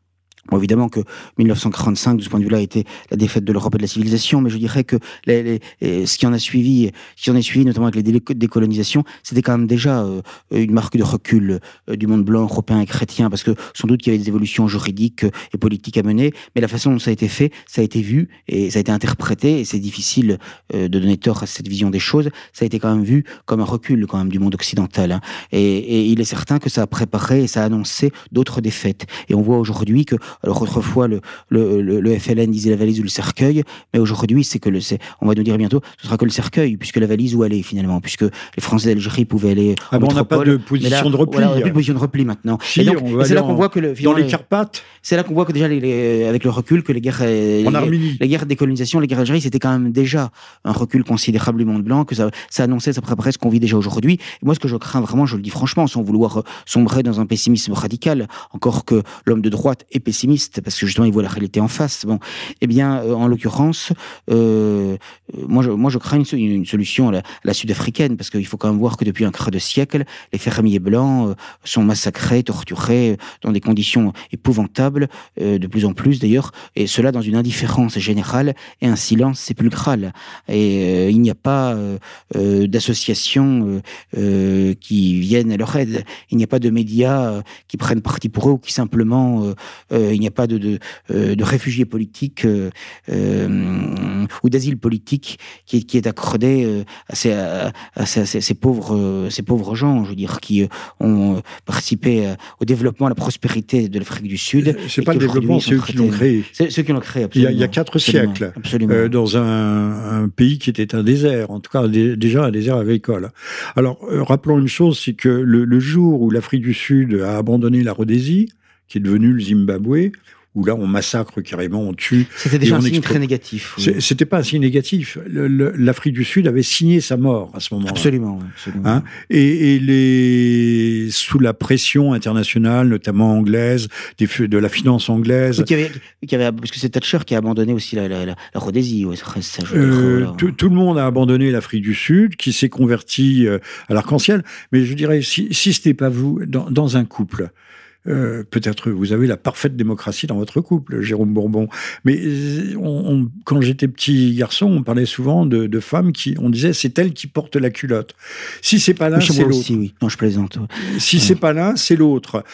Bon, évidemment que 1945, de ce point de vue-là, a été la défaite de l'Europe et de la civilisation, mais je dirais que ce qui en a suivi, notamment avec les décolonisations, c'était quand même déjà une marque de recul du monde blanc, européen et chrétien, parce que sans doute qu'il y avait des évolutions juridiques et politiques à mener, mais la façon dont ça a été fait, ça a été vu et ça a été interprété, et c'est difficile de donner tort à cette vision des choses, ça a été quand même vu comme un recul quand même du monde occidental, hein. Et il est certain que ça a préparé et ça a annoncé d'autres défaites. Et on voit aujourd'hui que, alors autrefois le FLN disait la valise ou le cercueil, mais aujourd'hui on va nous dire bientôt, ce sera que le cercueil, puisque la valise où aller finalement, puisque les Français d'Algérie pouvaient aller en on n'a pas de position de repli. Voilà, on n'a plus de position de repli maintenant. Si, et donc, c'est là qu'on voit que dans les Carpates. C'est là qu'on voit que déjà avec le recul que les guerres de décolonisation, les guerres d'Algérie, c'était quand même déjà un recul considérable du monde blanc, que ça annonçait, ça préparait ce qu'on vit déjà aujourd'hui. Et moi, ce que je crains vraiment, je le dis franchement, sans vouloir sombrer dans un pessimisme radical, encore que l'homme de droite est pessimiste, parce que justement il voit la réalité en face. Bon, eh bien, en l'occurrence, moi je crains une solution à la sud-africaine, parce qu'il faut quand même voir que depuis un quart de siècle, les fermiers blancs sont massacrés, torturés dans des conditions épouvantables, de plus en plus d'ailleurs, et cela dans une indifférence générale et un silence sépulcral. Et il n'y a pas d'associations qui viennent à leur aide. Il n'y a pas de médias qui prennent parti pour eux, ou qui simplement il n'y a pas de réfugiés politiques ou d'asile politique qui est accordé à ces pauvres gens, je veux dire, qui ont participé au développement, à la prospérité de l'Afrique du Sud. C'est pas le développement, c'est eux qui l'ont créé. C'est ceux qui l'ont créé, absolument. Il y a 4 siècles, dans un pays qui était un désert, en tout cas déjà un désert agricole. Alors, rappelons une chose, c'est que le jour où l'Afrique du Sud a abandonné la Rhodésie, qui est devenu le Zimbabwe, où là on massacre carrément, on tue. C'était déjà un signe très négatif. Oui. C'était pas un signe négatif. L'Afrique du Sud avait signé sa mort à ce moment-là. Absolument. Hein, et sous la pression internationale, notamment anglaise, de la finance anglaise. Parce que c'est Thatcher qui a abandonné aussi la Rhodésie. Ouais, tout le monde a abandonné l'Afrique du Sud, qui s'est converti à l'arc-en-ciel. Mais je dirais, si ce n'est pas vous, dans un couple, peut-être vous avez la parfaite démocratie dans votre couple, Jérôme Bourbon. Mais quand j'étais petit garçon, on parlait souvent de femmes on disait c'est elle qui porte la culotte. Si c'est pas l'un, c'est l'autre. Aussi, oui. Non, je plaisante. Si c'est pas l'un, c'est l'autre.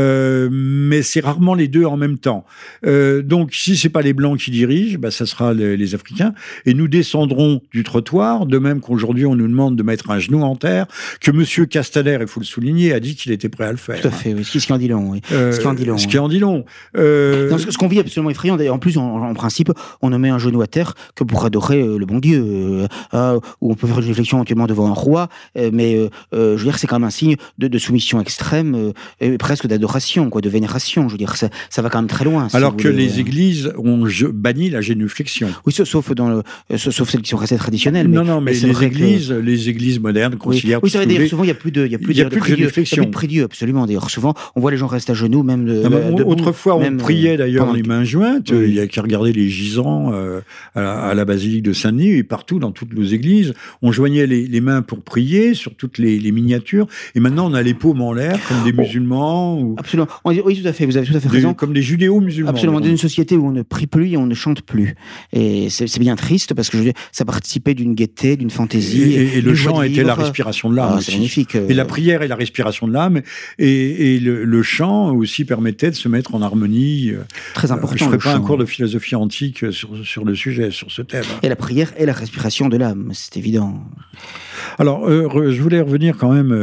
Mais c'est rarement les deux en même temps. Donc si c'est pas les blancs qui dirigent, ça sera les Africains. Et nous descendrons du trottoir, de même qu'aujourd'hui on nous demande de mettre un genou en terre, que Monsieur Castaner, il faut le souligner, a dit qu'il était prêt à le faire. Tout à fait, oui. Ce qui en dit long. Oui. Ce qui en dit long. Ce qu'on vit absolument effrayant. En plus, en principe, on ne met un genou à terre que pour adorer le bon Dieu. Où on peut faire une réflexion éventuellement devant un roi, mais je veux dire, c'est quand même un signe de soumission extrême, et presque d'adoration, de vénération. Je veux dire, ça va quand même très loin. Alors que les églises ont banni la génuflexion. Oui, sauf celles qui sont restées traditionnelles. Mais les églises modernes considèrent. Oui, ça veut dire souvent il y a plus de génuflexion. Il y a plus de pridieu, absolument. D'ailleurs, souvent on voit les gens rester à genoux, même autrefois, on priait d'ailleurs les mains jointes. Oui. Il y a qu'à regarder les gisants à la basilique de Saint-Denis, et partout dans toutes nos églises, on joignait les mains pour prier sur toutes les miniatures. Et maintenant, on a les paumes en l'air comme des musulmans. Absolument. Oui, tout à fait. Vous avez tout à fait raison. Comme des judéo-musulmans. Absolument. Dans une société où on ne prie plus et on ne chante plus. Et c'est bien triste parce que ça participait d'une gaieté, d'une fantaisie. Et le chant était la respiration de l'âme. C'est magnifique. Et la prière est la respiration de l'âme. Et le chant aussi permettait de se mettre en harmonie. Très important. Je ne ferai pas un cours de philosophie antique sur le sujet, sur ce thème. Et la prière est la respiration de l'âme, c'est évident. Alors, je voulais revenir quand même,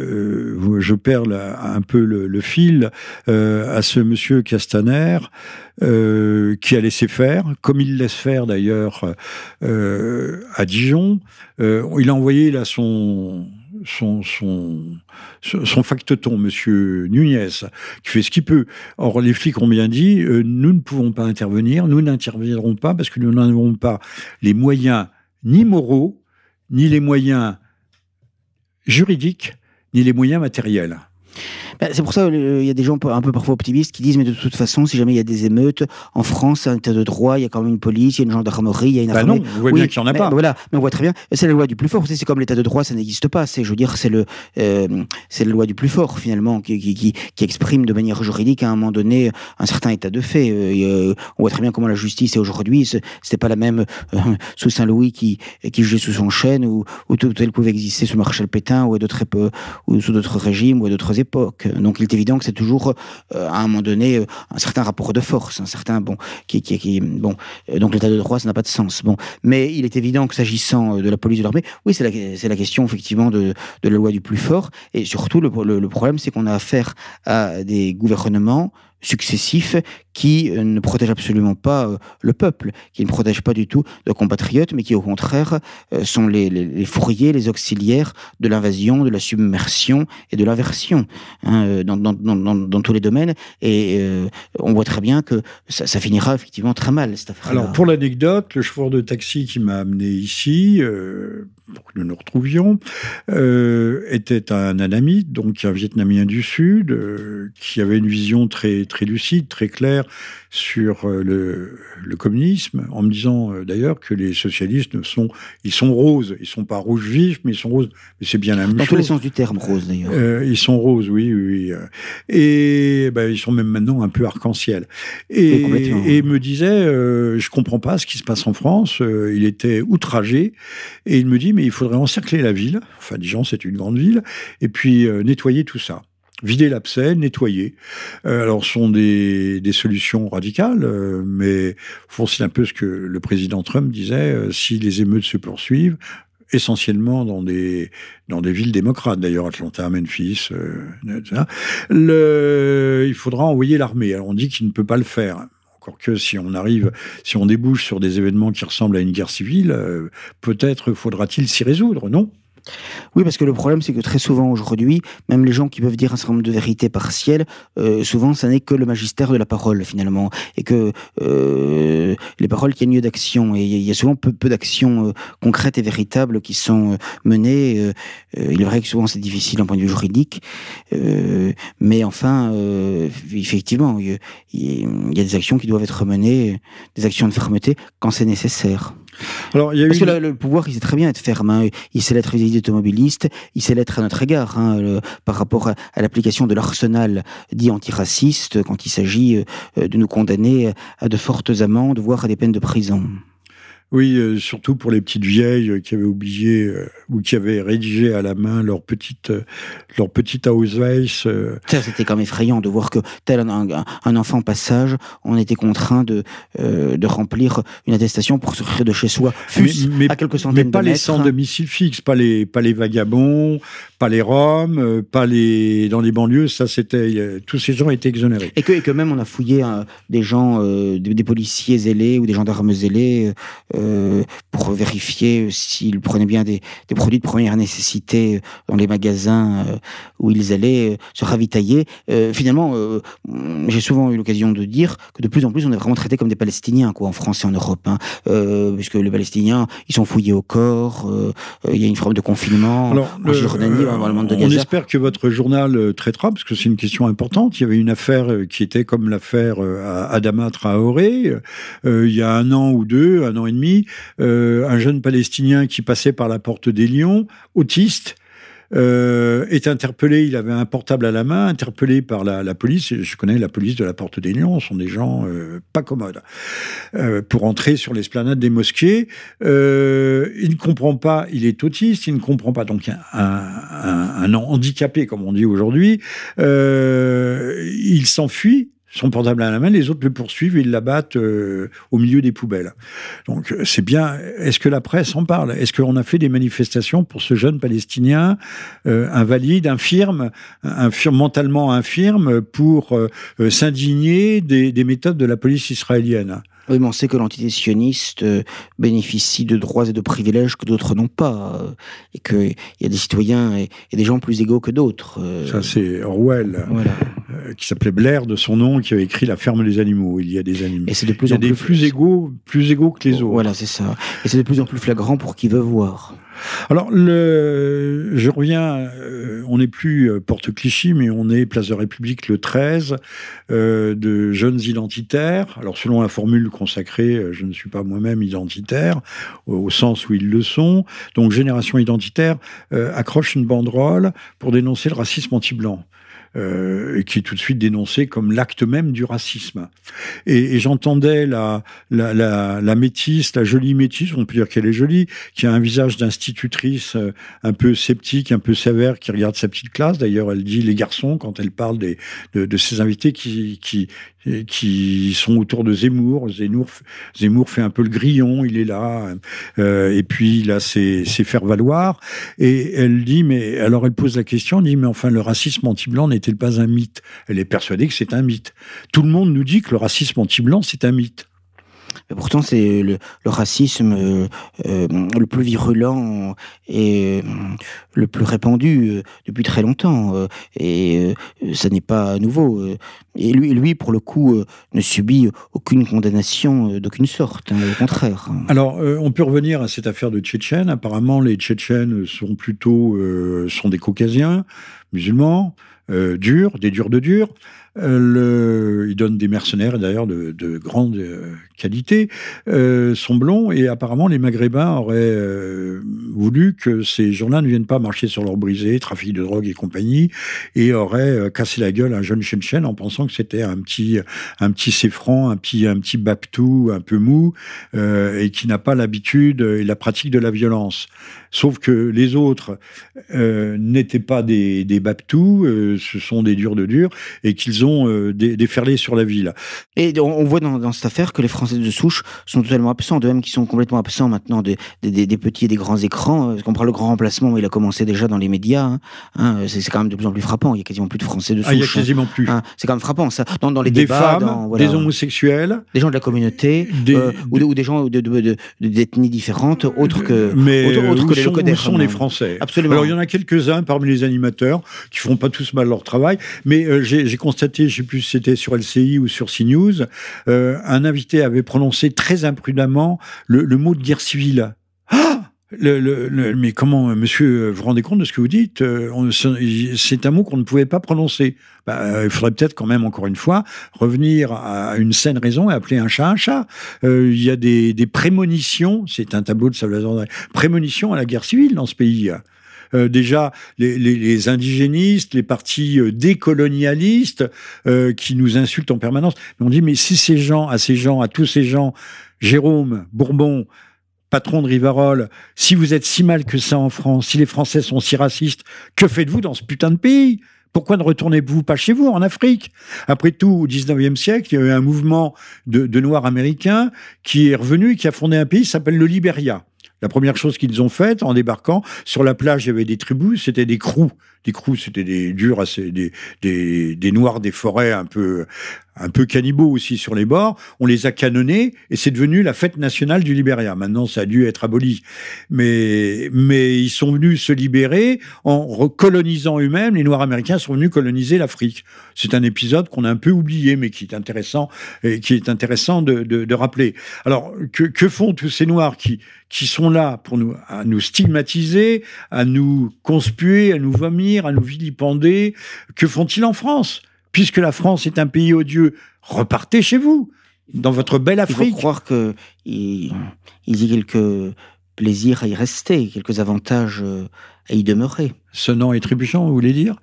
je perds un peu le fil, à ce monsieur Castaner, qui a laissé faire, comme il laisse faire d'ailleurs à Dijon. Il a envoyé là son factoton, monsieur Nunez, qui fait ce qu'il peut. Or, les flics ont bien dit, nous ne pouvons pas intervenir, nous n'interviendrons pas parce que nous n'avons pas les moyens ni moraux, ni les moyens juridiques, ni les moyens matériels. C'est pour ça il y a des gens un peu parfois optimistes qui disent mais de toute façon, si jamais il y a des émeutes en France, c'est un état de droit, il y a quand même une police, il y a une gendarmerie, il y a une armée. Non, on voit bien qu'il n'y en a pas. Voilà, mais on voit très bien. C'est la loi du plus fort. C'est comme l'état de droit, ça n'existe pas. C'est la loi du plus fort finalement qui exprime de manière juridique à un moment donné un certain état de fait. On voit très bien comment la justice est aujourd'hui. C'était pas la même sous Saint-Louis qui jugeait sous son chêne ou tout tel pouvait exister sous Maréchal Pétain ou sous d'autres régimes ou à d'autres époques. Donc il est évident que c'est toujours à un moment donné un certain rapport de force, un certain donc l'état de droit ça n'a pas de sens. Mais il est évident que s'agissant de la police de l'armée, oui c'est la question effectivement de la loi du plus fort, et surtout le problème c'est qu'on a affaire à des gouvernements successifs qui ne protègent absolument pas le peuple, qui ne protègent pas du tout de compatriotes, mais qui au contraire sont les fourriers, les auxiliaires de l'invasion, de la submersion et de l'inversion dans tous les domaines. Et on voit très bien que ça finira effectivement très mal, cette affaire-là. Alors, pour l'anecdote, le chauffeur de taxi qui m'a amené ici, pour que nous nous retrouvions, était un Annamite, donc un Vietnamien du Sud, qui avait une vision très, très lucide, très claire sur le communisme, en me disant d'ailleurs que les socialistes ils sont roses, ils sont pas rouges vifs, mais ils sont roses. Mais c'est bien la même chose. Dans tous les sens du terme, rose d'ailleurs. Ils sont roses, oui. Et ils sont même maintenant un peu arc-en-ciel. Et me disait, je comprends pas ce qui se passe en France. Il était outragé et il me dit, mais il faudrait encercler la ville. Enfin, Dijon, c'est une grande ville, et puis nettoyer tout ça. Vider l'abcès, nettoyer. Alors, ce sont des solutions radicales, mais c'est un peu ce que le président Trump disait, si les émeutes se poursuivent, essentiellement dans des villes démocrates, d'ailleurs, Atlanta, Memphis, etc. Il faudra envoyer l'armée. Alors, on dit qu'il ne peut pas le faire. Encore que si on débouche sur des événements qui ressemblent à une guerre civile, peut-être faudra-t-il s'y résoudre, non ? Oui, parce que le problème, c'est que très souvent aujourd'hui, même les gens qui peuvent dire un certain nombre de vérités partielles, souvent, ça n'est que le magistère de la parole, finalement. Et que les paroles tiennent lieu d'action. Et il y a souvent peu d'actions concrètes et véritables qui sont menées. Il est vrai que souvent, c'est difficile d'un point de vue juridique. Mais enfin, effectivement, il y a des actions qui doivent être menées, des actions de fermeté, quand c'est nécessaire. Alors, parce que le pouvoir, il sait très bien être ferme. Il sait l'être vis-à-vis des automobilistes, il sait l'être à notre égard, par rapport à l'application de l'arsenal dit antiraciste, quand il s'agit de nous condamner à de fortes amendes, voire à des peines de prison. Oui, surtout pour les petites vieilles qui avaient oublié ou qui avaient rédigé à la main leur petite Ausweis. Ça, c'était quand même effrayant de voir que tel un enfant passage, on était contraint de remplir une attestation pour sortir de chez soi, fût-ce à quelques centaines de mètres. Mais pas les sans domicile fixe, pas les vagabonds, pas les Roms, pas dans les banlieues. Ça, c'était tous ces gens étaient exonérés. Et que même on a fouillé des gens, des policiers zélés ou des gendarmes zélés. Pour vérifier s'ils prenaient bien des produits de première nécessité dans les magasins où ils allaient se ravitailler. Finalement, j'ai souvent eu l'occasion de dire que de plus en plus on est vraiment traités comme des Palestiniens, en France et en Europe, puisque les Palestiniens, ils sont fouillés au corps, il y a une forme de confinement. Alors, en Cisjordanie, dans le monde de Gaza. On espère que votre journal traitera, parce que c'est une question importante. Il y avait une affaire qui était comme l'affaire Adama Traoré, il y a un an et demi, un jeune Palestinien qui passait par la porte des Lions, autiste, est interpellé, il avait un portable à la main, interpellé par la police. Je connais la police de la Porte des Lions, ce sont des gens pas commodes pour entrer sur l'esplanade des mosquées. Il ne comprend pas, il est autiste, il ne comprend pas, donc un handicapé, comme on dit aujourd'hui. Il s'enfuit, son portable à la main, les autres le poursuivent et ils l'abattent au milieu des poubelles. Donc c'est bien. Est-ce que la presse en parle ? Est-ce qu'on a fait des manifestations pour ce jeune Palestinien invalide, infirme, mentalement infirme, pour s'indigner des méthodes de la police israélienne ? Oui, mais on sait que l'entité sioniste bénéficie de droits et de privilèges que d'autres n'ont pas, et qu'il y a des citoyens et des gens plus égaux que d'autres. Ça, c'est Orwell, voilà. Qui s'appelait Blair de son nom, qui avait écrit La ferme des animaux. Il y a des animaux. Et c'est de plus en plus égaux que les autres. Voilà, c'est ça. Et c'est de plus en plus flagrant pour qui veut voir. Alors, je reviens, on n'est plus Porte Clichy, mais on est Place de République le 13, de jeunes identitaires. Alors, selon la formule consacrée, je ne suis pas moi-même identitaire, au sens où ils le sont. Donc, Génération Identitaire accroche une banderole pour dénoncer le racisme anti-blanc. Et qui est tout de suite dénoncé comme l'acte même du racisme. Et j'entendais la métisse, la jolie métisse, on peut dire qu'elle est jolie, qui a un visage d'institutrice un peu sceptique, un peu sévère, qui regarde sa petite classe. D'ailleurs, elle dit les garçons quand elle parle de ses invités qui sont autour de Zemmour. Zemmour fait un peu le grillon, il est là, et puis il a ses faire-valoir. Et elle dit, mais alors elle pose la question, elle dit, mais enfin le racisme anti-blanc n'est-il pas un mythe? Elle est persuadée que c'est un mythe. Tout le monde nous dit que le racisme anti-blanc, c'est un mythe. Et pourtant, c'est le racisme le plus virulent et le plus répandu depuis très longtemps. Et ça n'est pas nouveau. Et lui, pour le coup, ne subit aucune condamnation d'aucune sorte, hein, au contraire. Alors, on peut revenir à cette affaire de Tchétchènes. Apparemment, les Tchétchènes sont plutôt sont des Caucasiens, musulmans, durs, des durs de durs. Ils donnent des mercenaires, d'ailleurs, de grande qualité, sont blonds, et apparemment les Maghrébins auraient voulu que ces gens-là ne viennent pas marcher sur leurs brisées, trafic de drogue et compagnie, et auraient cassé la gueule à un jeune Tchétchène en pensant que c'était un petit séfran, un petit baptou, un peu mou, et qui n'a pas l'habitude et la pratique de la violence. Sauf que les autres n'étaient pas des baptous, ce sont des durs de durs, et qu'ils ont déferlé sur la ville. Et on voit dans cette affaire que les Français de souche sont totalement absents, de même qu'ils sont complètement absents maintenant des petits et des grands écrans. Parce qu'on parle le grand remplacement, il a commencé déjà dans les médias. C'est quand même de plus en plus frappant. Il y a quasiment plus de Français de souche. Il y a quasiment plus. C'est quand même frappant, ça. Dans les des débats, femmes, des homosexuels, des gens de la communauté, ou des gens d'ethnies différentes, autres que les locataires. Où sont les Français? Absolument. Alors il y en a quelques-uns parmi les animateurs qui font pas tous mal leur travail, mais j'ai constaté, je sais plus si c'était sur LCI ou sur CNews, un invité avait prononcé très imprudemment le mot de guerre civile. Ah! Mais comment, monsieur, vous vous rendez compte de ce que vous dites? C'est un mot qu'on ne pouvait pas prononcer. Il faudrait peut-être quand même, encore une fois, revenir à une saine raison et appeler un chat un chat. Il y a des prémonitions, c'est un tableau de Salvador Dalí, prémonitions à la guerre civile dans ce pays. Déjà, les indigénistes, les partis décolonialistes qui nous insultent en permanence. Mais on dit, mais si à tous ces gens, Jérôme, Bourbon, patron de Rivarol, si vous êtes si mal que ça en France, si les Français sont si racistes, que faites-vous dans ce putain de pays? Pourquoi ne retournez-vous pas chez vous, en Afrique? Après tout, au 19e siècle, il y a eu un mouvement de Noirs américains qui est revenu et qui a fondé un pays qui s'appelle le Libéria. La première chose qu'ils ont faite, en débarquant, sur la plage, il y avait des tribus, c'était des crews. Des crews, c'était des durs, des noirs des forêts un peu cannibaux aussi sur les bords. On les a canonnés et c'est devenu la fête nationale du Libéria. Maintenant, ça a dû être aboli. Mais ils sont venus se libérer en recolonisant eux-mêmes. Les Noirs américains sont venus coloniser l'Afrique. C'est un épisode qu'on a un peu oublié, mais qui est intéressant de rappeler. Alors, que font tous ces Noirs qui sont là pour nous stigmatiser, à nous conspuer, à nous vomir, à nous vilipender? Que font-ils en France? Puisque la France est un pays odieux, repartez chez vous, dans votre belle Afrique. Il faut croire qu'il y a quelques plaisirs à y rester, quelques avantages à y demeurer. Sonnant et trébuchant, vous voulez dire?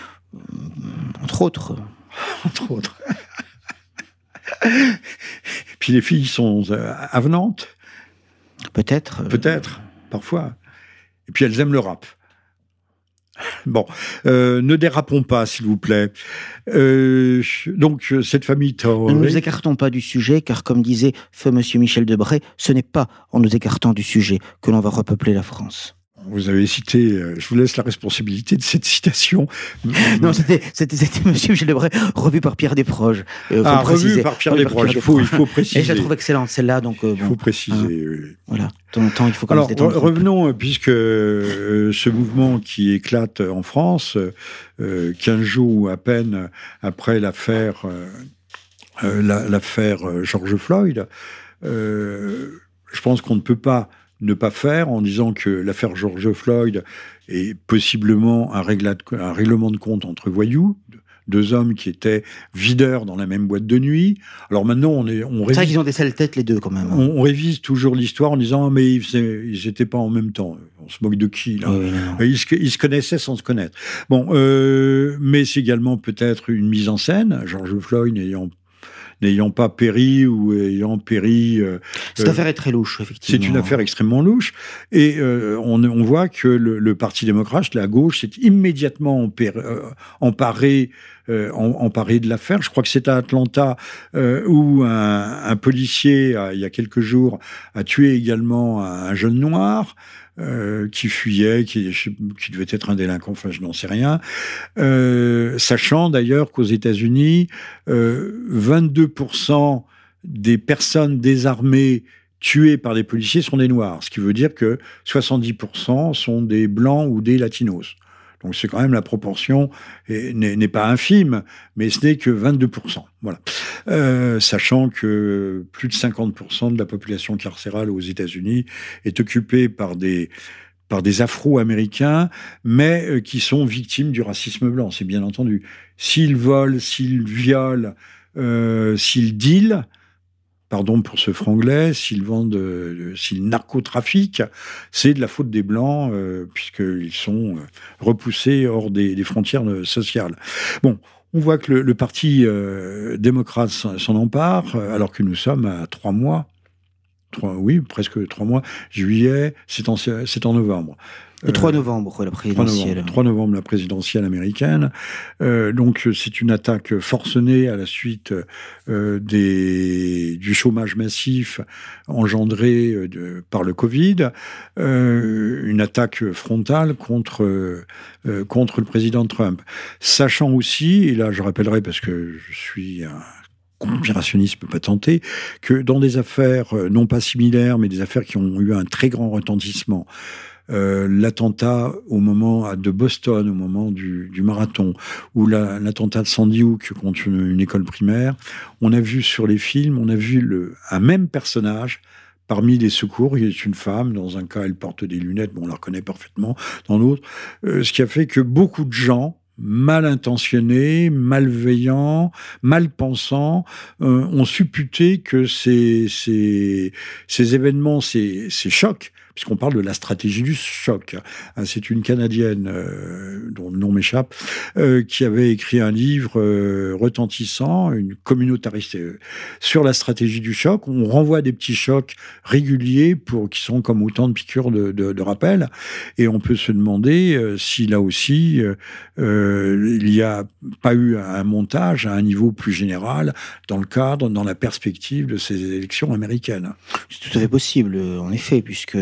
Entre autres. Entre autres. Puis les filles sont avenantes. Peut-être. Peut-être, parfois. Et puis elles aiment le rap. Bon, ne dérapons pas, s'il vous plaît. Donc, cette famille Traoré... Ne nous écartons pas du sujet, car comme disait feu monsieur Michel Debré, ce n'est pas en nous écartant du sujet que l'on va repeupler la France. vous avez cité, je vous laisse la responsabilité de cette citation. Non, c'était Monsieur Michel Debré, revu par Pierre Desproges. Revu par Pierre Desproges, il faut préciser. Et je la trouve excellente, celle-là. Donc, il faut préciser. Voilà, de temps en temps, il faut quand même se détendre. Revenons, puisque ce mouvement qui éclate en France, 15 jours à peine après l'affaire George Floyd, je pense qu'on ne peut pas ne pas faire en disant que l'affaire George Floyd est possiblement un règlement de compte entre voyous, deux hommes qui étaient videurs dans la même boîte de nuit. Alors maintenant, on révise... C'est vrai qu'ils ont des sales têtes, les deux, quand même. On révise toujours l'histoire en disant « mais ils n'étaient pas en même temps ». On se moque de qui, là? Oui, ils se connaissaient sans se connaître. Bon, mais c'est également peut-être une mise en scène, George Floyd n'ayant pas péri ou ayant péri... Cette affaire est très louche, effectivement. C'est une affaire extrêmement louche. Et on voit que le Parti démocrate, la gauche, s'est immédiatement emparé de l'affaire. Je crois que c'est à Atlanta où un policier, il y a quelques jours, a tué également un jeune noir. Qui fuyait, qui devait être un délinquant, enfin je n'en sais rien, sachant d'ailleurs qu'aux États-Unis, 22% des personnes désarmées tuées par des policiers sont des Noirs, ce qui veut dire que 70% sont des Blancs ou des Latinos. Donc c'est quand même la proportion n'est pas infime, mais ce n'est que 22%. Voilà. Sachant que plus de 50% de la population carcérale aux États-Unis est occupée par des Afro-Américains, mais qui sont victimes du racisme blanc, c'est bien entendu. S'ils volent, s'ils violent, s'ils dealent, pardon pour ce franglais, s'ils narcotrafiquent, c'est de la faute des Blancs, puisqu'ils sont repoussés hors des frontières sociales. Bon, on voit que le Parti démocrate s'en empare, alors que nous sommes à 3 mois, presque 3 mois, juillet, c'est en novembre. Le 3 novembre, la présidentielle. 3 novembre, la présidentielle américaine. Donc, c'est une attaque forcenée à la suite du chômage massif engendré par le Covid. Une attaque frontale contre le président Trump. Sachant aussi, et là je rappellerai parce que je suis un conspirationnisme patenté, que dans des affaires non pas similaires, mais des affaires qui ont eu un très grand retentissement, l'attentat de Boston au moment du marathon, ou l'attentat de Sandy Hook contre une école primaire, on a vu sur les films, un même personnage parmi les secours. Il est une femme, dans un cas elle porte des lunettes, on la reconnaît parfaitement, dans l'autre, ce qui a fait que beaucoup de gens mal intentionnés, malveillants, mal pensants, ont supputé que ces événements, ces chocs, puisqu'on parle de la stratégie du choc. C'est une Canadienne, dont le nom m'échappe, qui avait écrit un livre retentissant, une communautariste, sur la stratégie du choc. On renvoie des petits chocs réguliers qui sont comme autant de piqûres de rappel. Et on peut se demander si là aussi, il n'y a pas eu un montage à un niveau plus général dans la perspective de ces élections américaines. C'est tout à fait possible, en effet, puisque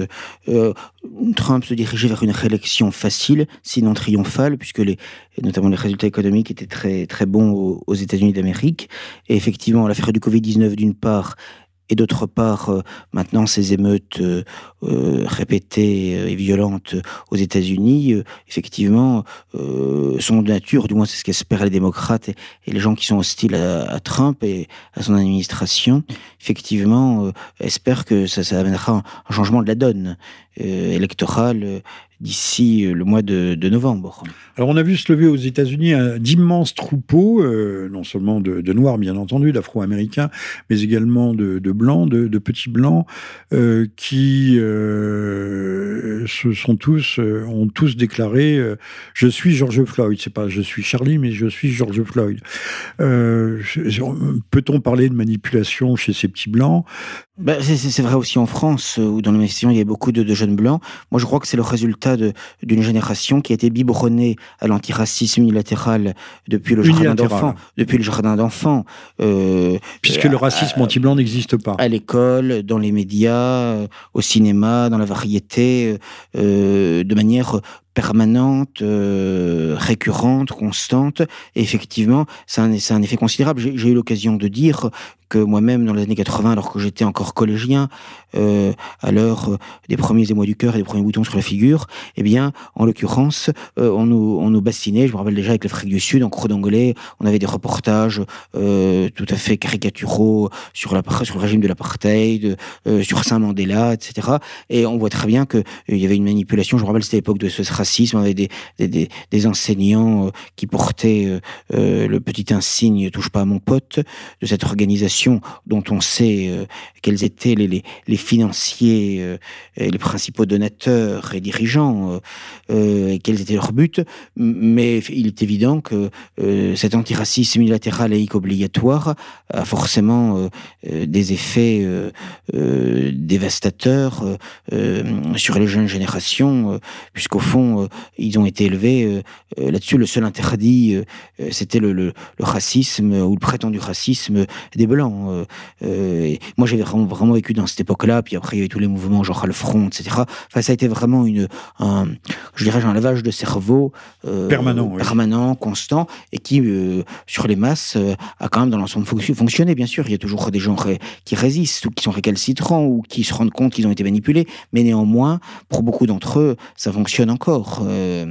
Trump se dirigeait vers une réélection facile, sinon triomphale, puisque notamment les résultats économiques étaient très, très bons aux États-Unis d'Amérique. Et effectivement, l'affaire du Covid-19 d'une part, et d'autre part, maintenant, ces émeutes répétées et violentes aux États-Unis, effectivement, sont de nature, du moins c'est ce qu'espèrent les démocrates et les gens qui sont hostiles à Trump et à son administration, effectivement, espèrent que ça amènera un changement de la donne électorale d'ici le mois de novembre. Alors on a vu se lever aux États-Unis d'immenses troupeaux, non seulement de Noirs bien entendu, d'Afro-Américains, mais également de Blancs, de petits Blancs, qui ont tous déclaré je suis George Floyd. C'est pas je suis Charlie, mais je suis George Floyd. Peut-on parler de manipulation chez ces petits Blancs? C'est vrai aussi en France, où dans les manifestations, il y a beaucoup de jeunes blancs. Moi, je crois que c'est le résultat d'une génération qui a été biberonnée à l'antiracisme unilatéral depuis le jardin d'enfants. Puisque le racisme anti-blanc n'existe pas. À l'école, dans les médias, au cinéma, dans la variété. de manière permanente, récurrente, constante. Et effectivement, c'est un effet considérable. J'ai eu l'occasion de dire que moi-même, dans les années 80, alors que j'étais encore collégien, à l'heure des premiers émois du cœur et des premiers boutons sur la figure, eh bien, en l'occurrence, on nous bastinait, je me rappelle déjà avec l'Afrique du Sud, en Croix d'Angolais, on avait des reportages tout à fait caricaturaux sur le régime de l'apartheid, sur Saint Mandela, etc. Et on voit très bien qu'il y avait une manipulation. Je me rappelle, c'était l'époque de ce racisme, on avait des enseignants qui portaient le petit insigne « Touche pas à mon pote » de cette organisation dont on sait quels étaient les financiers, les principaux donateurs et dirigeants, et quels étaient leurs buts. Mais il est évident que cet antiracisme unilatéral et obligatoire a forcément des effets dévastateurs sur les jeunes générations, puisqu'au fond, ils ont été élevés là-dessus. Le seul interdit, c'était le racisme ou le prétendu racisme des Blancs. Moi, j'avais vraiment vécu dans cette époque-là, puis après, il y a eu tous les mouvements, genre le Front, etc. Enfin, ça a été vraiment un lavage de cerveau permanent, constant, et qui, sur les masses, a quand même dans l'ensemble fonctionné. Bien sûr, il y a toujours des gens qui résistent, ou qui sont récalcitrants, ou qui se rendent compte qu'ils ont été manipulés, mais néanmoins, pour beaucoup d'entre eux, ça fonctionne encore.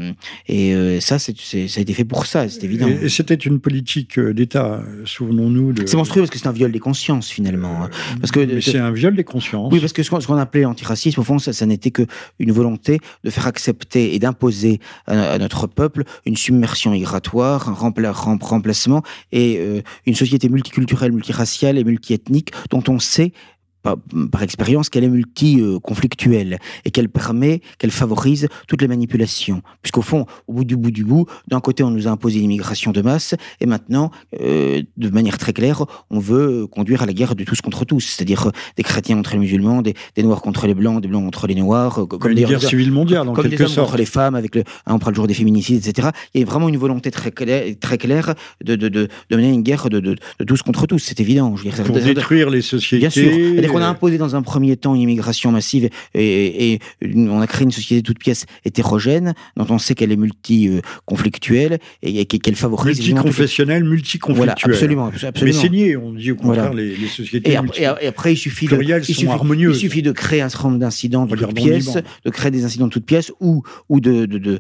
Ça, ça a été fait pour ça, c'est évident. Et c'était une politique d'État, souvenons-nous de... C'est monstrueux parce que c'est un viol des consciences, finalement. C'est un viol des consciences. Oui, parce que ce qu'on appelait l'antiracisme, au fond, ça n'était qu'une volonté de faire accepter et d'imposer à notre peuple une submersion migratoire, un remplacement et une société multiculturelle, multiraciale et multiethnique dont on sait par expérience qu'elle est multi-conflictuelle et qu'elle favorise toutes les manipulations. Puisqu'au fond, au bout du bout, d'un côté on nous a imposé l'immigration de masse et maintenant, de manière très claire, on veut conduire à la guerre de tous contre tous, c'est-à-dire des chrétiens contre les musulmans, des noirs contre les blancs, des blancs contre les noirs, comme une guerre civile mondiale en quelque sorte. Comme des hommes contre les femmes, on parle toujours des féminicides, etc. Il y a vraiment une volonté très claire de mener une guerre de tous contre tous, c'est évident. Je veux dire, pour détruire les sociétés. Bien sûr. On a imposé dans un premier temps une immigration massive et on a créé une société toute pièce hétérogène dont on sait qu'elle est multi-conflictuelle et qu'elle favorise... Multiconfessionnelle, multiconflictuelle. Voilà, absolument. Mais c'est nié, on dit au contraire, les sociétés et après, il suffit de créer un certain nombre d'incidents de toutes pièces, de créer des incidents de toutes pièces ou de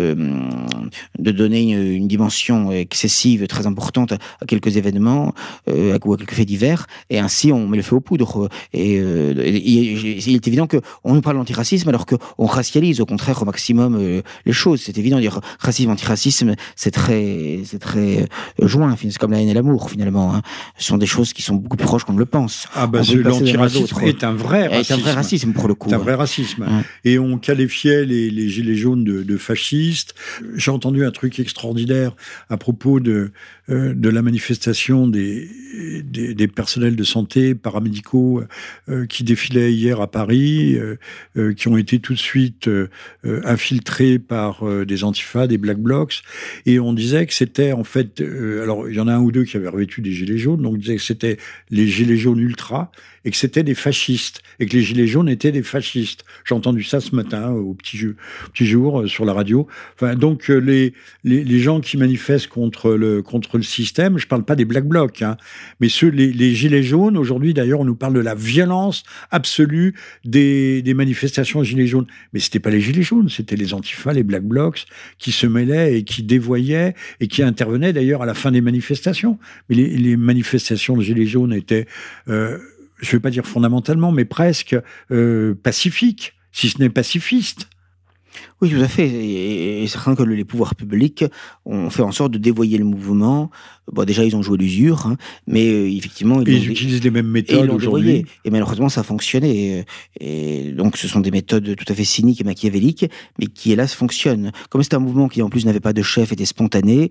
donner une dimension excessive, très importante à quelques événements ou à quelques faits divers, et ainsi on met le feu aux poudres. Et il est évident qu'on nous parle d'antiracisme alors qu'on racialise au contraire au maximum les choses. C'est évident, dire racisme, antiracisme, c'est très joint. C'est comme la haine et l'amour finalement. Ce sont des choses qui sont beaucoup plus proches qu'on ne le pense. L'antiracisme est un vrai racisme. C'est un vrai racisme pour le coup. C'est un vrai racisme. Et on qualifiait les gilets jaunes de fascistes. J'ai entendu un truc extraordinaire à propos de la manifestation des personnels de santé paramédicaux qui défilaient hier à Paris, qui ont été tout de suite infiltrés par des antifas, des black blocs, et on disait que c'était en fait, alors il y en a un ou deux qui avaient revêtu des gilets jaunes, donc on disait que c'était les gilets jaunes ultra, et que c'était des fascistes, et que les gilets jaunes étaient des fascistes. J'ai entendu ça ce matin au petit jour sur la radio. Enfin, donc les gens qui manifestent contre le système, je parle pas des black blocs, hein, mais les gilets jaunes, aujourd'hui d'ailleurs on nous parle de la violence absolue des manifestations gilets jaunes. Mais c'était pas les gilets jaunes, c'était les antifas, les black blocs qui se mêlaient et qui dévoyaient et qui intervenaient d'ailleurs à la fin des manifestations. Mais les manifestations de gilets jaunes étaient, je vais pas dire fondamentalement, mais presque pacifiques, si ce n'est pacifistes. Oui, tout à fait. Et c'est certain que les pouvoirs publics ont fait en sorte de dévoyer le mouvement. Bon, déjà, ils ont joué l'usure, hein, mais effectivement... Ils utilisent les mêmes méthodes aujourd'hui. Et malheureusement, ça a fonctionné. Et donc, ce sont des méthodes tout à fait cyniques et machiavéliques, mais qui, hélas, fonctionnent. Comme c'est un mouvement qui, en plus, n'avait pas de chef, était spontané,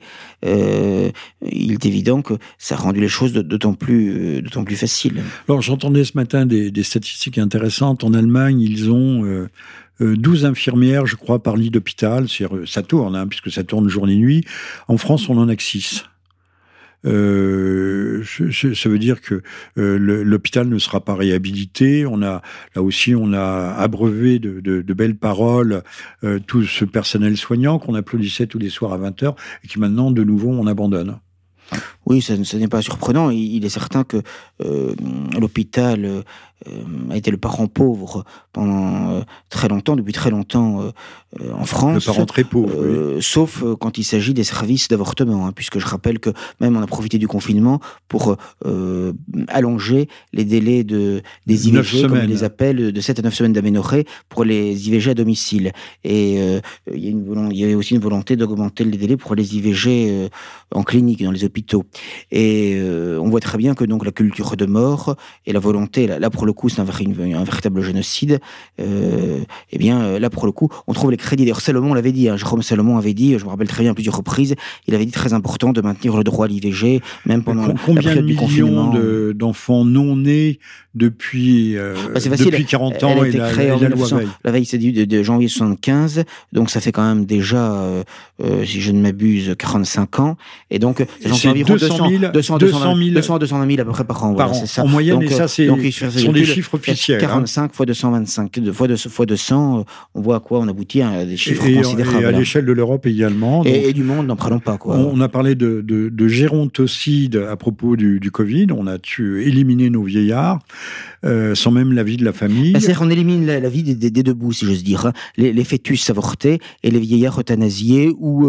il est évident que ça a rendu les choses d'autant plus faciles. Alors, j'entendais ce matin des statistiques intéressantes. En Allemagne, ils ont... 12 infirmières, je crois, par lit d'hôpital. Ça tourne, hein, puisque ça tourne jour et nuit. En France, on en a que 6. Ça veut dire que l'hôpital ne sera pas réhabilité. Là aussi, on a abreuvé de belles paroles tout ce personnel soignant qu'on applaudissait tous les soirs à 20h et qui maintenant, de nouveau, on abandonne. Oui, ce n'est pas surprenant. Il est certain que l'hôpital a été le parent pauvre pendant très longtemps, depuis très longtemps en France. Le parent très pauvre, oui. Sauf quand il s'agit des services d'avortement, puisque je rappelle que même on a profité du confinement pour allonger les délais des IVG, comme on les appelle, de 7 à 9 semaines d'aménorrhée pour les IVG à domicile. Et il y a aussi une volonté d'augmenter les délais pour les IVG en clinique, dans les hôpitaux. Et on voit très bien que donc la culture de mort et la volonté, là pour le coup c'est un véritable génocide, et bien là pour le coup on trouve les crédits. D'ailleurs Salomon l'avait dit, Jérôme Salomon avait dit, je me rappelle très bien à plusieurs reprises, il avait dit très important de maintenir le droit à l'IVG, même pendant la période du confinement. Combien de millions d'enfants non nés depuis 40 ans, elle a été créée en 1900, la veille c'est de janvier 75, donc ça fait quand même déjà, si je ne m'abuse, 45 ans, et donc c'est environ 200 000 à peu près par an. Voilà, c'est ça. En moyenne, donc, et ça, ce sont des chiffres officiels. 45 fois 225, fois 200, on voit à quoi on aboutit à des chiffres considérables. Et à l'échelle de l'Europe également. Et du monde, n'en parlons pas. On a parlé de gérontocide à propos du Covid. On a éliminé nos vieillards. Sans même l'avis de la famille. C'est-à-dire qu'on élimine la vie des deux bouts, si j'ose dire. Les fœtus avortés et les vieillards euthanasiés ou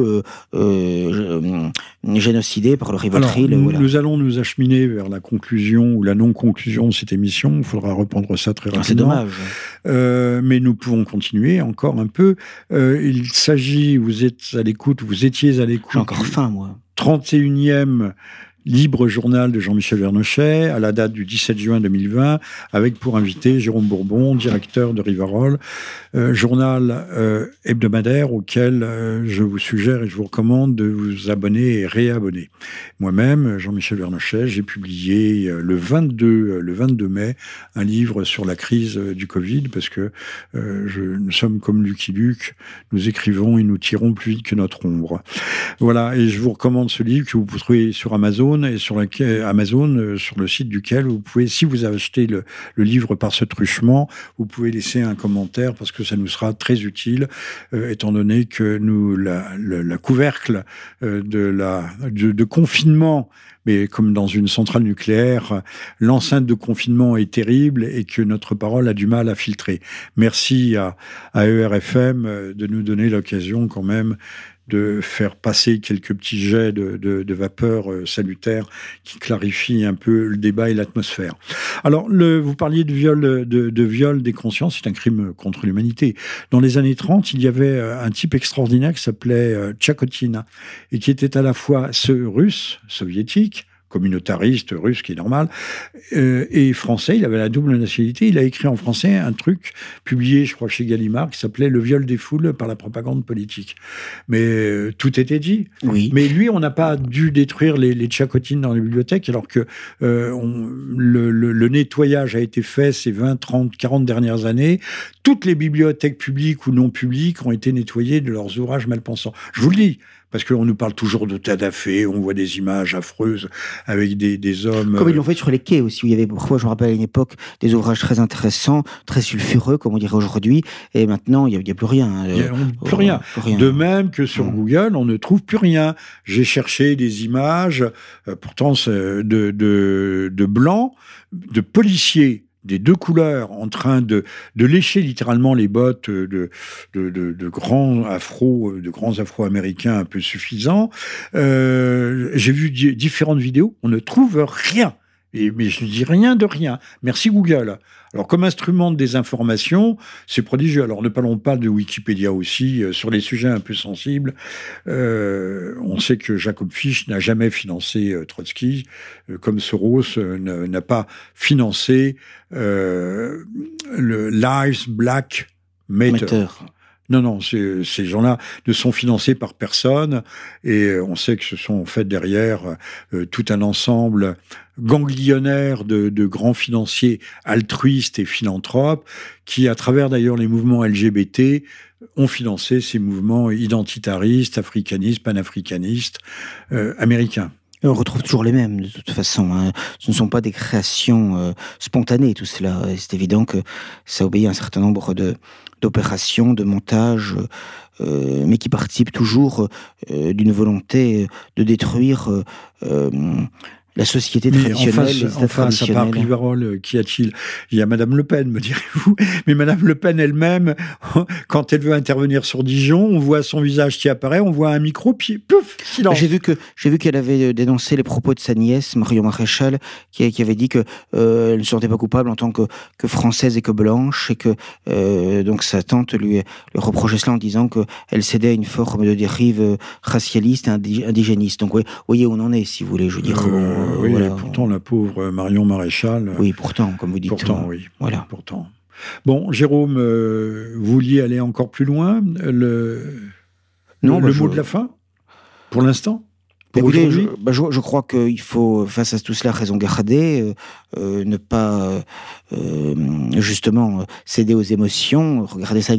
génocidés par le Rivotril. Nous allons nous acheminer vers la conclusion ou la non-conclusion de cette émission. Il faudra reprendre ça très rapidement. C'est dommage. Mais nous pouvons continuer encore un peu. Il s'agit, vous étiez à l'écoute. J'ai encore faim, moi. 31e Libre journal de Jean-Michel Vernochet, à la date du 17 juin 2020, avec pour invité Jérôme Bourbon, directeur de Rivarol, journal hebdomadaire auquel je vous suggère et je vous recommande de vous abonner et réabonner. Moi-même, Jean-Michel Vernochet, j'ai publié le 22 mai un livre sur la crise du Covid, parce que nous sommes comme Lucky Luke, nous écrivons et nous tirons plus vite que notre ombre. Voilà, et je vous recommande ce livre que vous pouvez trouver sur Amazon, et sur le site duquel vous pouvez, si vous avez acheté le livre par ce truchement, vous pouvez laisser un commentaire parce que ça nous sera très utile, étant donné que la couvercle de confinement, mais comme dans une centrale nucléaire, l'enceinte de confinement est terrible et que notre parole a du mal à filtrer. Merci à ERFM de nous donner l'occasion quand même de faire passer quelques petits jets de vapeur salutaire qui clarifient un peu le débat et l'atmosphère. Alors, vous parliez de viol des consciences, c'est un crime contre l'humanité. Dans les années 30, il y avait un type extraordinaire qui s'appelait Tchakotin, et qui était à la fois russe, soviétique, communautariste russe, qui est normal, et français. Il avait la double nationalité. Il a écrit en français un truc publié, je crois, chez Gallimard, qui s'appelait « Le viol des foules par la propagande politique ». Mais tout était dit. Oui. Mais lui, on n'a pas dû détruire les tchakotines dans les bibliothèques, alors que le nettoyage a été fait ces 20, 30, 40 dernières années. Toutes les bibliothèques publiques ou non publiques ont été nettoyées de leurs ouvrages malpensants. Je vous le dis, parce qu'on nous parle toujours de Tadafé, on voit des images affreuses avec des hommes... Comme ils l'ont fait sur les quais aussi, où il y avait parfois, je me rappelle à une époque, des ouvrages très intéressants, très sulfureux, comme on dirait aujourd'hui, et maintenant, il n'y a plus rien. Il n'y a plus rien. De même que sur Google, on ne trouve plus rien. J'ai cherché des images, pourtant de blancs, de policiers, des deux couleurs, en train de lécher littéralement les bottes de grands afro-américains un peu suffisants. J'ai vu différentes vidéos, on ne trouve rien. Mais je ne dis rien de rien. Merci Google. Alors, comme instrument de désinformation, c'est prodigieux. Alors, ne parlons pas de Wikipédia aussi, sur les sujets un peu sensibles. On sait que Jacob Fish n'a jamais financé Trotsky, comme Soros n'a pas financé le Lives Black Matter. Non, ces gens-là ne sont financés par personne, et on sait que ce sont en fait derrière tout un ensemble ganglionnaire de grands financiers altruistes et philanthropes qui, à travers d'ailleurs les mouvements LGBT, ont financé ces mouvements identitaristes, africanistes, panafricanistes américains. Et on retrouve toujours les mêmes, de toute façon. Hein. Ce ne sont pas des créations spontanées, tout cela. Et c'est évident que ça obéit à un certain nombre d'opérations, de montages, mais qui participent toujours d'une volonté de détruire la société traditionnelle. En face, à part Rivarol, qu'y a-t-il ? Il y a Madame Le Pen, me direz-vous. Mais Madame Le Pen elle-même, quand elle veut intervenir sur Dijon, on voit son visage qui apparaît, on voit un micro, puis pouf, silence. J'ai vu qu'elle avait dénoncé les propos de sa nièce, Marion Maréchal, qui avait dit que elle ne se sentait pas coupable en tant que française et que blanche, et que donc sa tante lui reprochait cela en disant que elle cédait à une forme de dérive racialiste et indigéniste. Donc, vous voyez où on en est, si vous voulez, je veux dire. Oui, voilà, pourtant, la pauvre Marion Maréchal... Oui, pourtant, comme vous dites. Pourtant, oui. Voilà. Pourtant. Bon, Jérôme, vous vouliez aller encore plus loin le mot de la fin, pour l'instant? Écoutez, je crois qu'il faut, face à tout cela, raison garder, ne pas justement céder aux émotions, regarder tout cela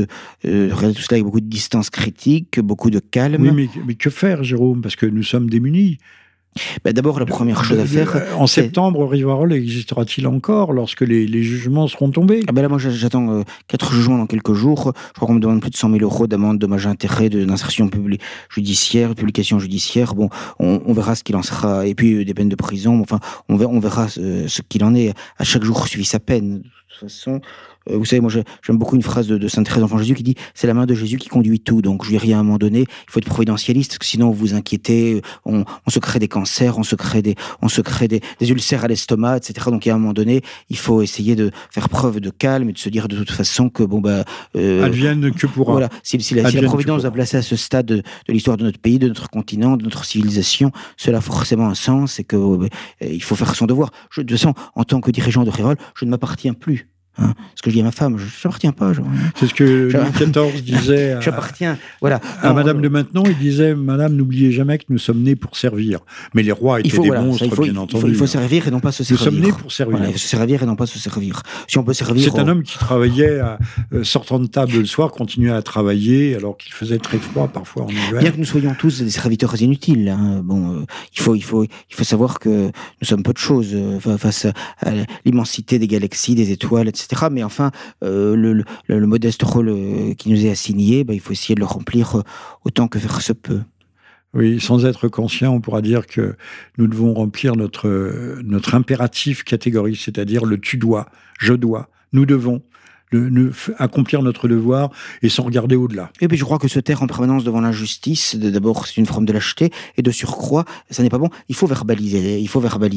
avec beaucoup de distance critique, beaucoup de calme. Oui, mais que faire, Jérôme? Parce que nous sommes démunis. D'abord, la première chose à faire... En septembre, Rivarol existera-t-il encore lorsque les jugements seront tombés? Là, moi, j'attends 4 jugements dans quelques jours. Je crois qu'on me demande plus de 100 000 € d'amende, dommages et intérêts, d'insertion judiciaire, de publication judiciaire. Bon, on verra ce qu'il en sera. Et puis, des peines de prison. Enfin, on verra ce qu'il en est. À chaque jour suffit sa peine. De toute façon... vous savez, moi j'aime beaucoup une phrase de Sainte Thérèse d'Enfant Jésus qui dit « c'est la main de Jésus qui conduit tout ». Donc je lui dis à un moment donné, il faut être providentialiste, parce que sinon vous vous inquiétez, on se crée des cancers, on se crée des ulcères à l'estomac, etc. Donc à un moment donné, il faut essayer de faire preuve de calme et de se dire de toute façon que advienne que pourra. Voilà, si la Providence nous a placé à ce stade de l'histoire de notre pays, de notre continent, de notre civilisation, cela a forcément un sens et que il faut faire son devoir. De toute façon, en tant que dirigeant de Rivarol, je ne m'appartiens plus. Hein, ce que je dis à ma femme, je n'appartiens pas. C'est ce que Louis XIV disait j'appartiens, voilà. à Madame de Maintenon. Il disait, Madame, n'oubliez jamais que nous sommes nés pour servir. Mais les rois étaient des monstres, bien entendu. Il faut servir et non pas se servir. Nous sommes nés pour servir. Voilà, il faut se servir et non pas se servir. Si on peut servir... C'est un homme qui travaillait, sortant de table le soir, continuait à travailler alors qu'il faisait très froid parfois en hiver. Bien que nous soyons tous des serviteurs inutiles, hein, il faut savoir que nous sommes peu de choses face à l'immensité des galaxies, des étoiles, etc. Mais enfin, le modeste rôle qui nous est assigné, il faut essayer de le remplir autant que faire se peut. Oui, sans être conscient, on pourra dire que nous devons remplir notre impératif catégorique, c'est-à-dire le tu dois, je dois, nous devons. Accomplir notre devoir et sans regarder au-delà. Et puis je crois que se taire en permanence devant l'injustice, d'abord c'est une forme de lâcheté, et de surcroît, ça n'est pas bon. Il faut verbaliser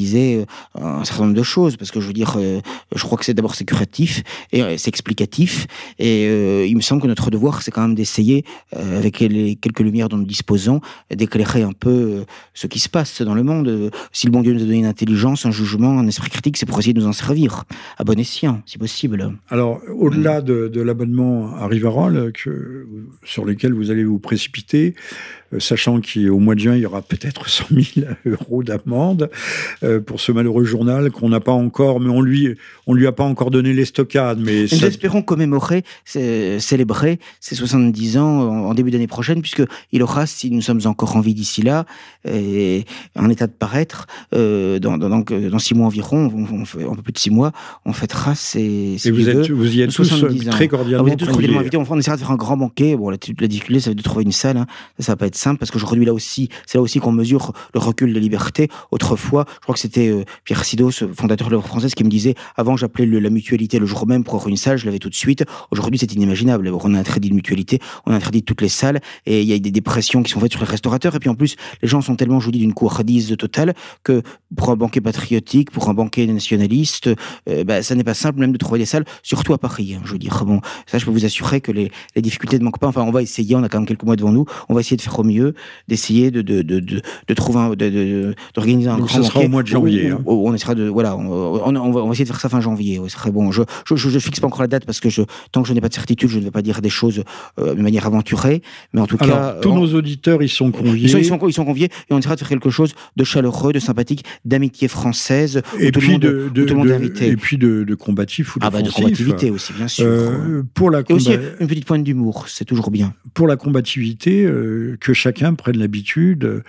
un certain nombre de choses, parce que je veux dire, je crois que c'est curatif, et c'est explicatif, et il me semble que notre devoir, c'est quand même d'essayer, avec les quelques lumières dont nous disposons, d'éclairer un peu ce qui se passe dans le monde. Si le bon Dieu nous a donné une intelligence, un jugement, un esprit critique, c'est pour essayer de nous en servir, à bon escient, si possible. Alors, au-delà de l'abonnement à Rivarol, sur lequel vous allez vous précipiter, sachant qu'au mois de juin, il y aura peut-être 100 000 € d'amende pour ce malheureux journal qu'on n'a pas encore, mais on lui a pas encore donné les stockades. Mais nous espérons commémorer, célébrer ses 70 ans en début d'année prochaine, puisqu'il aura, si nous sommes encore en vie d'ici là, et en état de paraître, dans 6 mois environ, un peu plus de 6 mois, on fêtera ses et vous y êtes tous très cordialement vous êtes tous cordialement invités. On essaiera de faire un grand banquet. Bon, la difficulté, ça va être de trouver une salle. Hein. Ça va pas être simple, parce qu'aujourd'hui, c'est là aussi qu'on mesure le recul de liberté. Autrefois, je crois que c'était Pierre Sidos, fondateur de l'œuvre française, qui me disait, avant, j'appelais la mutualité le jour même pour avoir une salle, je l'avais tout de suite. Aujourd'hui, c'est inimaginable. On a interdit de mutualité, on a interdit toutes les salles, et il y a des pressions qui sont faites sur les restaurateurs. Et puis en plus, les gens sont tellement, je vous dis, d'une couardise totale que pour un banquet patriotique, pour un banquet nationaliste, ça n'est pas simple même de trouver des salles, surtout à Paris. Hein, je veux dire, bon, ça, je peux vous assurer que les difficultés ne manquent pas. Enfin, on va essayer. On a quand même quelques mois devant nous. On va essayer de faire au mieux, d'essayer de trouver d'organiser un grand banquet. Ça sera au mois de janvier. On essaiera on va essayer de faire ça fin janvier. Ce serait bon. Je fixe pas encore la date parce que tant que je n'ai pas de certitude, je ne vais pas dire des choses de manière aventurée. Mais en tout cas, tous nos auditeurs, ils sont conviés. Ils sont conviés, et on essaiera de faire quelque chose de chaleureux, de sympathique, d'amitié française, et tout le monde est invité. Et puis de combatif ou d'offensif. De combativité aussi, bien sûr. Et aussi une petite pointe d'humour, c'est toujours bien. Pour la combativité, que chacun prenne l'habitude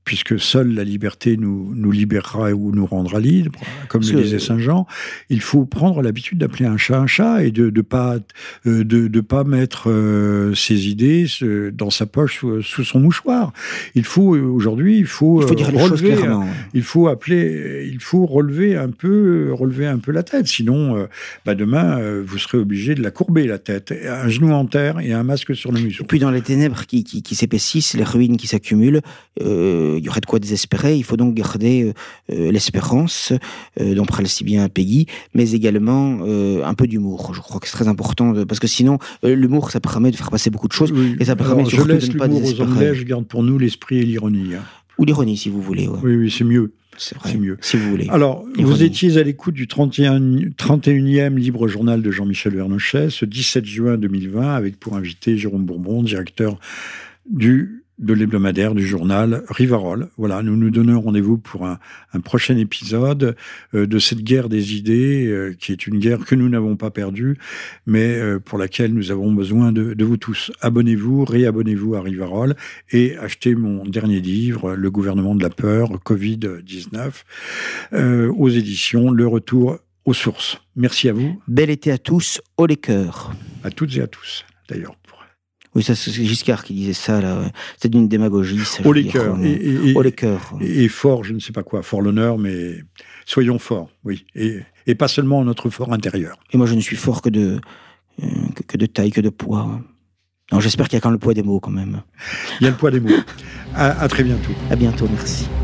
puisque seule la liberté nous libérera ou nous rendra libres, comme le disait Saint Jean. Il faut prendre l'habitude d'appeler un chat et de pas mettre ses idées dans sa poche sous son mouchoir. Il faut dire les choses clairement. Il faut relever un peu la tête. Sinon, demain, vous serez obligé de la courber, la tête. Un genou en terre et un masque sur le museau. Et puis dans les ténèbres qui s'épaississent, les ruines qui s'accumulent, il y aurait de quoi désespérer. Il faut donc garder l'espérance, dont parle si bien Peggy, mais également un peu d'humour. Je crois que c'est très important, parce que sinon, l'humour, ça permet de faire passer beaucoup de choses, et ça permet surtout de ne pas désespérer. Aux Anglais, je garde pour nous l'esprit et l'ironie. Ou l'ironie, si vous voulez. Ouais. Oui, c'est mieux. C'est vrai, si vous voulez. Alors, vous étiez à l'écoute du 31e Libre Journal de Jean-Michel Vernochet, ce 17 juin 2020, avec pour invité Jérôme Bourbon, directeur de l'hebdomadaire du journal Rivarol. Voilà, nous nous donnons rendez-vous pour un prochain épisode de cette guerre des idées, qui est une guerre que nous n'avons pas perdue, mais pour laquelle nous avons besoin de vous tous. Abonnez-vous, réabonnez-vous à Rivarol et achetez mon dernier livre, Le gouvernement de la peur, Covid-19, aux éditions Le Retour aux sources. Merci à vous. Bel été à tous, haut les cœurs. À toutes et à tous, d'ailleurs. Oui, ça, c'est Giscard qui disait ça, là. C'est d'une démagogie, ça. Haut les cœurs. Haut les cœurs. Et fort, je ne sais pas quoi, fort l'honneur, mais soyons forts, oui. Et pas seulement notre fort intérieur. Et moi, je ne suis fort que de taille, que de poids. Non, j'espère qu'il y a quand même le poids des mots, quand même. Il y a le poids des mots. À très bientôt. À bientôt, merci.